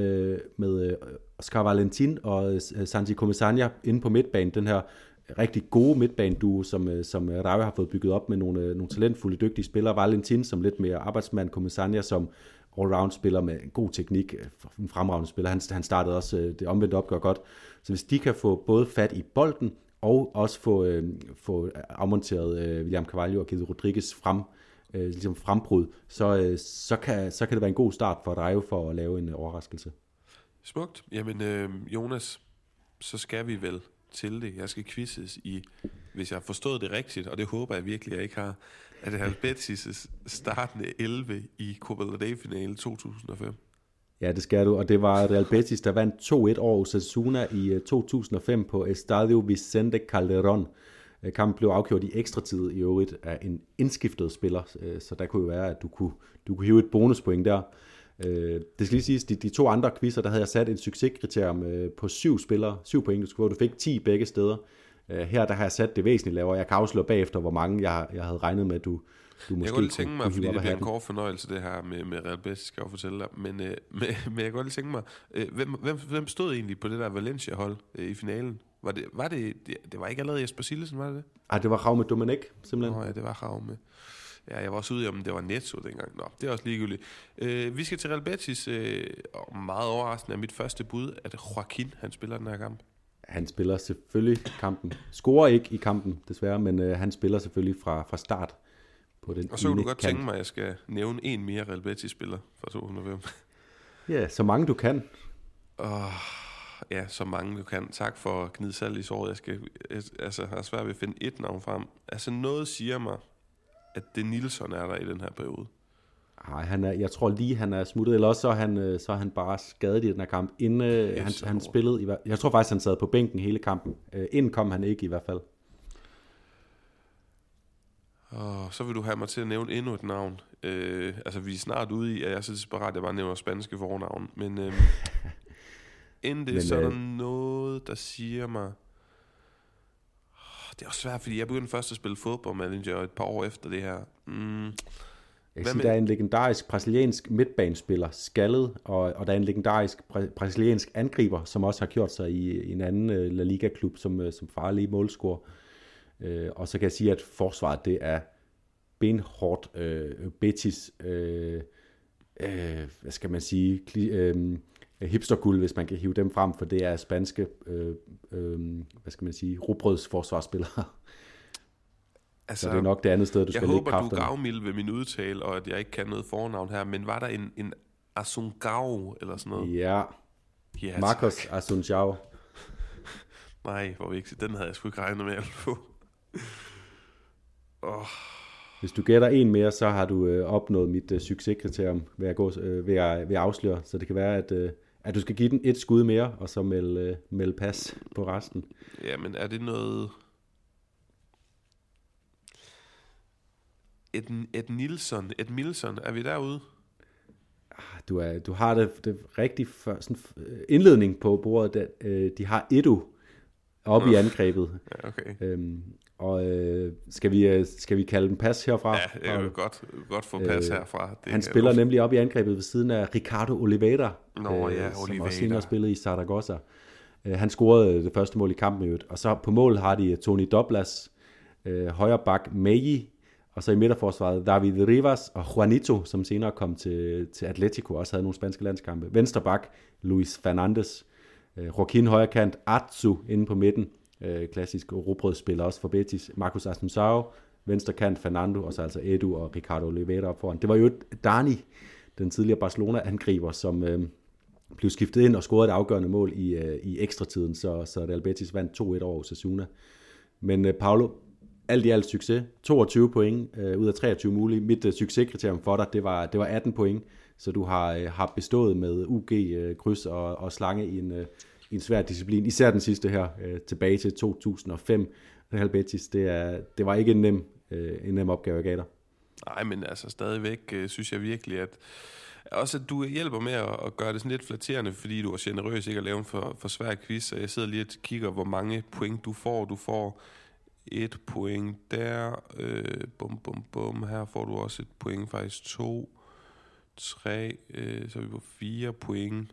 med Oscar Valentin og Santi Comesaña inde på midtbanen, den her rigtig gode midtbaneduo, som Rayo har fået bygget op med nogle talentfulde, dygtige spillere. Valentin som lidt mere arbejdsmand, Comesaña som all-round spiller med en god teknik, en fremragende spiller. Han startede også det omvendte opgør godt. Så hvis de kan få både fat i bolden og også få afmonteret William Carvalho og Guido Rodriguez ligesom frembrud, så kan det være en god start for Rayo for at lave en overraskelse. Smukt. Jamen Jonas, så skal vi vel til det. Jeg skal quizzes hvis jeg har forstået det rigtigt, og det håber jeg virkelig, jeg ikke har, at det Real Betis' startende 11 i Copa del Rey-finale 2005. Ja, det skal du, og det var Real Betis, der vandt 2-1 over Osasuna i 2005 på Estadio Vicente Calderón. Kampen blev afgjort i ekstra tid i øvrigt af en indskiftet spiller, så der kunne jo være, at du kunne hive et bonuspoint der. Det skal lige siges, de to andre quizzer, der havde jeg sat et succeskriterium på 7 spillere, 7 point, du fik 10 begge steder. Her der har jeg sat det væsentligt lavere. Jeg kan afsløre bagefter, hvor mange jeg havde regnet med, du måske kunne. Jeg kunne lige tænke mig, fordi det bliver en kort fornøjelse, det her med Real Betis, skal jeg fortælle dig. Men jeg kunne lige tænke mig, hvem stod egentlig på det der Valencia-hold i finalen? Det var ikke allerede Jesper Sillesen, var det det? Ej, det var Jaume Domenech, simpelthen. Nå ja, det var Jaume. Ja, jeg var også ude om, det var Netto dengang. Nå, det er også ligegyldigt. Vi skal til Real Betis, og meget overraskende er mit første bud, at Joaquin, han spiller den her kamp. Han spiller selvfølgelig kampen. Scorer ikke i kampen, desværre, men han spiller selvfølgelig fra start på den. Og så kunne du godt tænke mig, at jeg skal nævne en mere Real Betis-spiller fra 2005. Ja, så mange du kan. Ja, så mange du kan. Tak for at gnide salt i såret. Jeg har svært ved at finde et navn frem. Altså noget siger mig, at det Nilsson er der i den her periode. Nej, jeg tror lige, han er smuttet, eller også så er han bare skadet i den her kamp. Inden han spillede, jeg tror faktisk, han sad på bænken hele kampen. Inden kom han ikke i hvert fald. Så vil du have mig til at nævne endnu et navn. Altså, vi er snart ude i, at jeg er så desperat, jeg bare nævner spanske fornavn. Men inden det, så er der noget, der siger mig... Det er også svært, fordi jeg begyndte først at spille fodboldmanager et par år efter det her. Jeg kan sige, der er en legendarisk brasiliansk midtbanespiller, skaldet, og der er en legendarisk brasiliansk angriber, som også har gjort sig i en anden La Liga-klub som farlig målscorer. Og så kan jeg sige, at forsvaret, det er benhårdt Betis, hvad skal man sige, hipsterguld, hvis man kan hive dem frem, for det er spanske, hvad skal man sige, rugbrødsforsvarsspillere. Altså, så det er nok det andet sted, du skal lægge kræfterne. Jeg håber, du er gavmild ved min udtale, og at jeg ikke kan noget fornavn her, men var der en Asungao eller sådan noget? Ja, Marcos Asungao. Nej, hvor vigtigt. Den havde jeg sgu ikke regnet med at få. Hvis du gætter en mere, så har du opnået mit succeskriterium ved at afsløre. Så det kan være, at du skal give den et skud mere, og så melde pas på resten. Ja, men er det noget... Et Nilsson, er vi derude? Du har det rigtig sådan indledning på bordet. De har Edu. Oppe i angrebet. Ja, okay. Skal vi kalde den pas herfra? Ja, det er jo godt få pas herfra. Han spiller nemlig op i angrebet ved siden af Ricardo Oliveira, som også senere spillede i Zaragoza. Han scorede det første mål i kampen, og så på mål har de Tony Doblas, højre bak Meji, og så i midterforsvaret David Rivas og Juanito, som senere kom til Atletico, også havde nogle spanske landskampe. Venstre bak Luis Fernandes, Joaquin højrekant, Atsu inde på midten, klassisk rugbrødsspiller også for Betis, Marcus Assunção, venstre kant Fernando, og så altså Edu og Ricardo Oliveira op foran. Det var jo Dani, den tidligere Barcelona-angriber, som blev skiftet ind og scorede et afgørende mål i ekstratiden, så Real Betis vandt 2-1 over Osasuna. Men Paulo, alt i alt succes. 22 point ud af 23 mulige. Mit succeskriterium for dig, det var 18 point, så du har bestået med UG, kryds og slange i en svær disciplin. Især den sidste her, tilbage til 2005. Real Betis, det var ikke en nem opgave, jeg gav dig. Nej, men altså stadigvæk synes jeg virkelig, at også at du hjælper med at gøre det sådan lidt flatterende, fordi du er generøs ikke at lave en for svær quiz, og jeg sidder lige og kigger, hvor mange point du får. Du får 1 point der, bum, her får du også et point, faktisk 2, 3, så er vi på 4 point,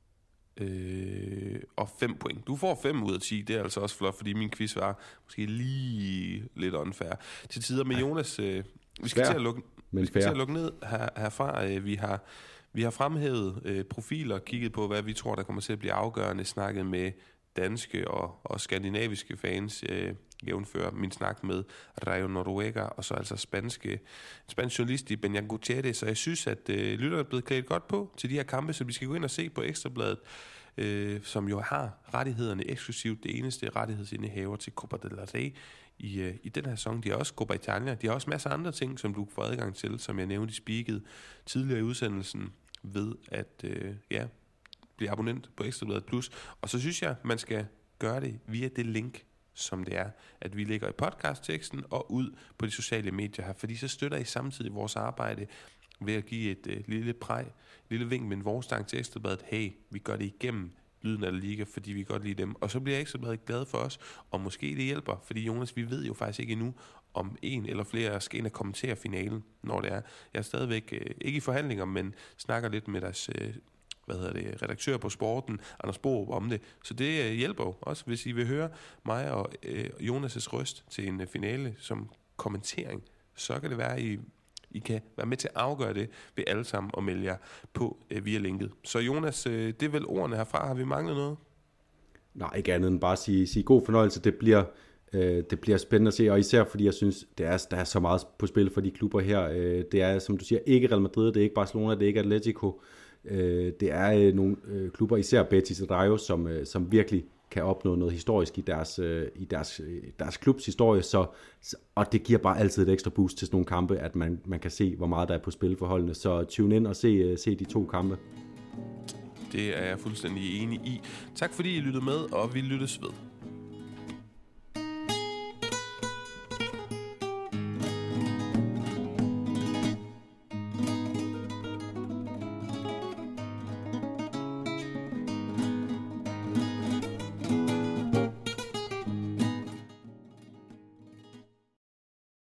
og 5 point. Du får 5 ud af 10, det er altså også flot, fordi min quiz var måske lige lidt unfair. Til tider med Jonas, vi skal til at lukke ned herfra. Vi har fremhævet profiler, kigget på, hvad vi tror, der kommer til at blive afgørende, snakket med danske og skandinaviske fans, jævnfører min snak med Rayo Noruega, og så altså spansk journalist i Benjan Gutierrez, så jeg synes, at lytterne er blevet klædt godt på til de her kampe, så vi skal gå ind og se på Ekstrabladet, som jo har rettighederne eksklusivt, det eneste rettighedsindehaver til Copa del Rey i den her sæson. De har også Copa Italia, de har også masser af andre ting, som du får adgang til, som jeg nævnte i speaket tidligere i udsendelsen, ved at blive abonnent på Ekstrabladet Plus. Og så synes jeg, man skal gøre det via det link, som det er, at vi lægger i podcastteksten og ud på de sociale medier her, fordi så støtter I samtidig vores arbejde ved at give et lille vink med en vognstang til Ekstrabladet. Hey, vi gør det igennem Lyden af La Liga, fordi vi godt lide dem. Og så bliver Ekstrabladet glad for os, og måske det hjælper, fordi Jonas, vi ved jo faktisk ikke endnu, om en eller flere skal ind og kommentere finalen, når det er. Jeg er stadigvæk ikke i forhandlinger, men snakker lidt med deres redaktør på Sporten, Anders Borup, om det. Så det hjælper jo også, hvis I vil høre mig og Jonas' røst til en finale som kommentering. Så kan det være, at I kan være med til at afgøre det ved alle sammen og melde jer på via linket. Så Jonas, det er vel ordene herfra. Har vi manglet noget? Nej, ikke andet end bare at sige god fornøjelse. Det bliver spændende at se, og især fordi jeg synes, der er så meget på spil for de klubber her. Det er, som du siger, ikke Real Madrid, det er ikke Barcelona, det er ikke Atletico. Det er nogle klubber, især Betis og Rayo, som virkelig kan opnå noget historisk i deres klubs historie, og det giver bare altid et ekstra boost til sådan nogle kampe, at man kan se, hvor meget der er på spil for holdene. Så tune ind og se de 2 kampe. Det er jeg fuldstændig enig i. Tak fordi I lyttede med, og vi lyttes ved.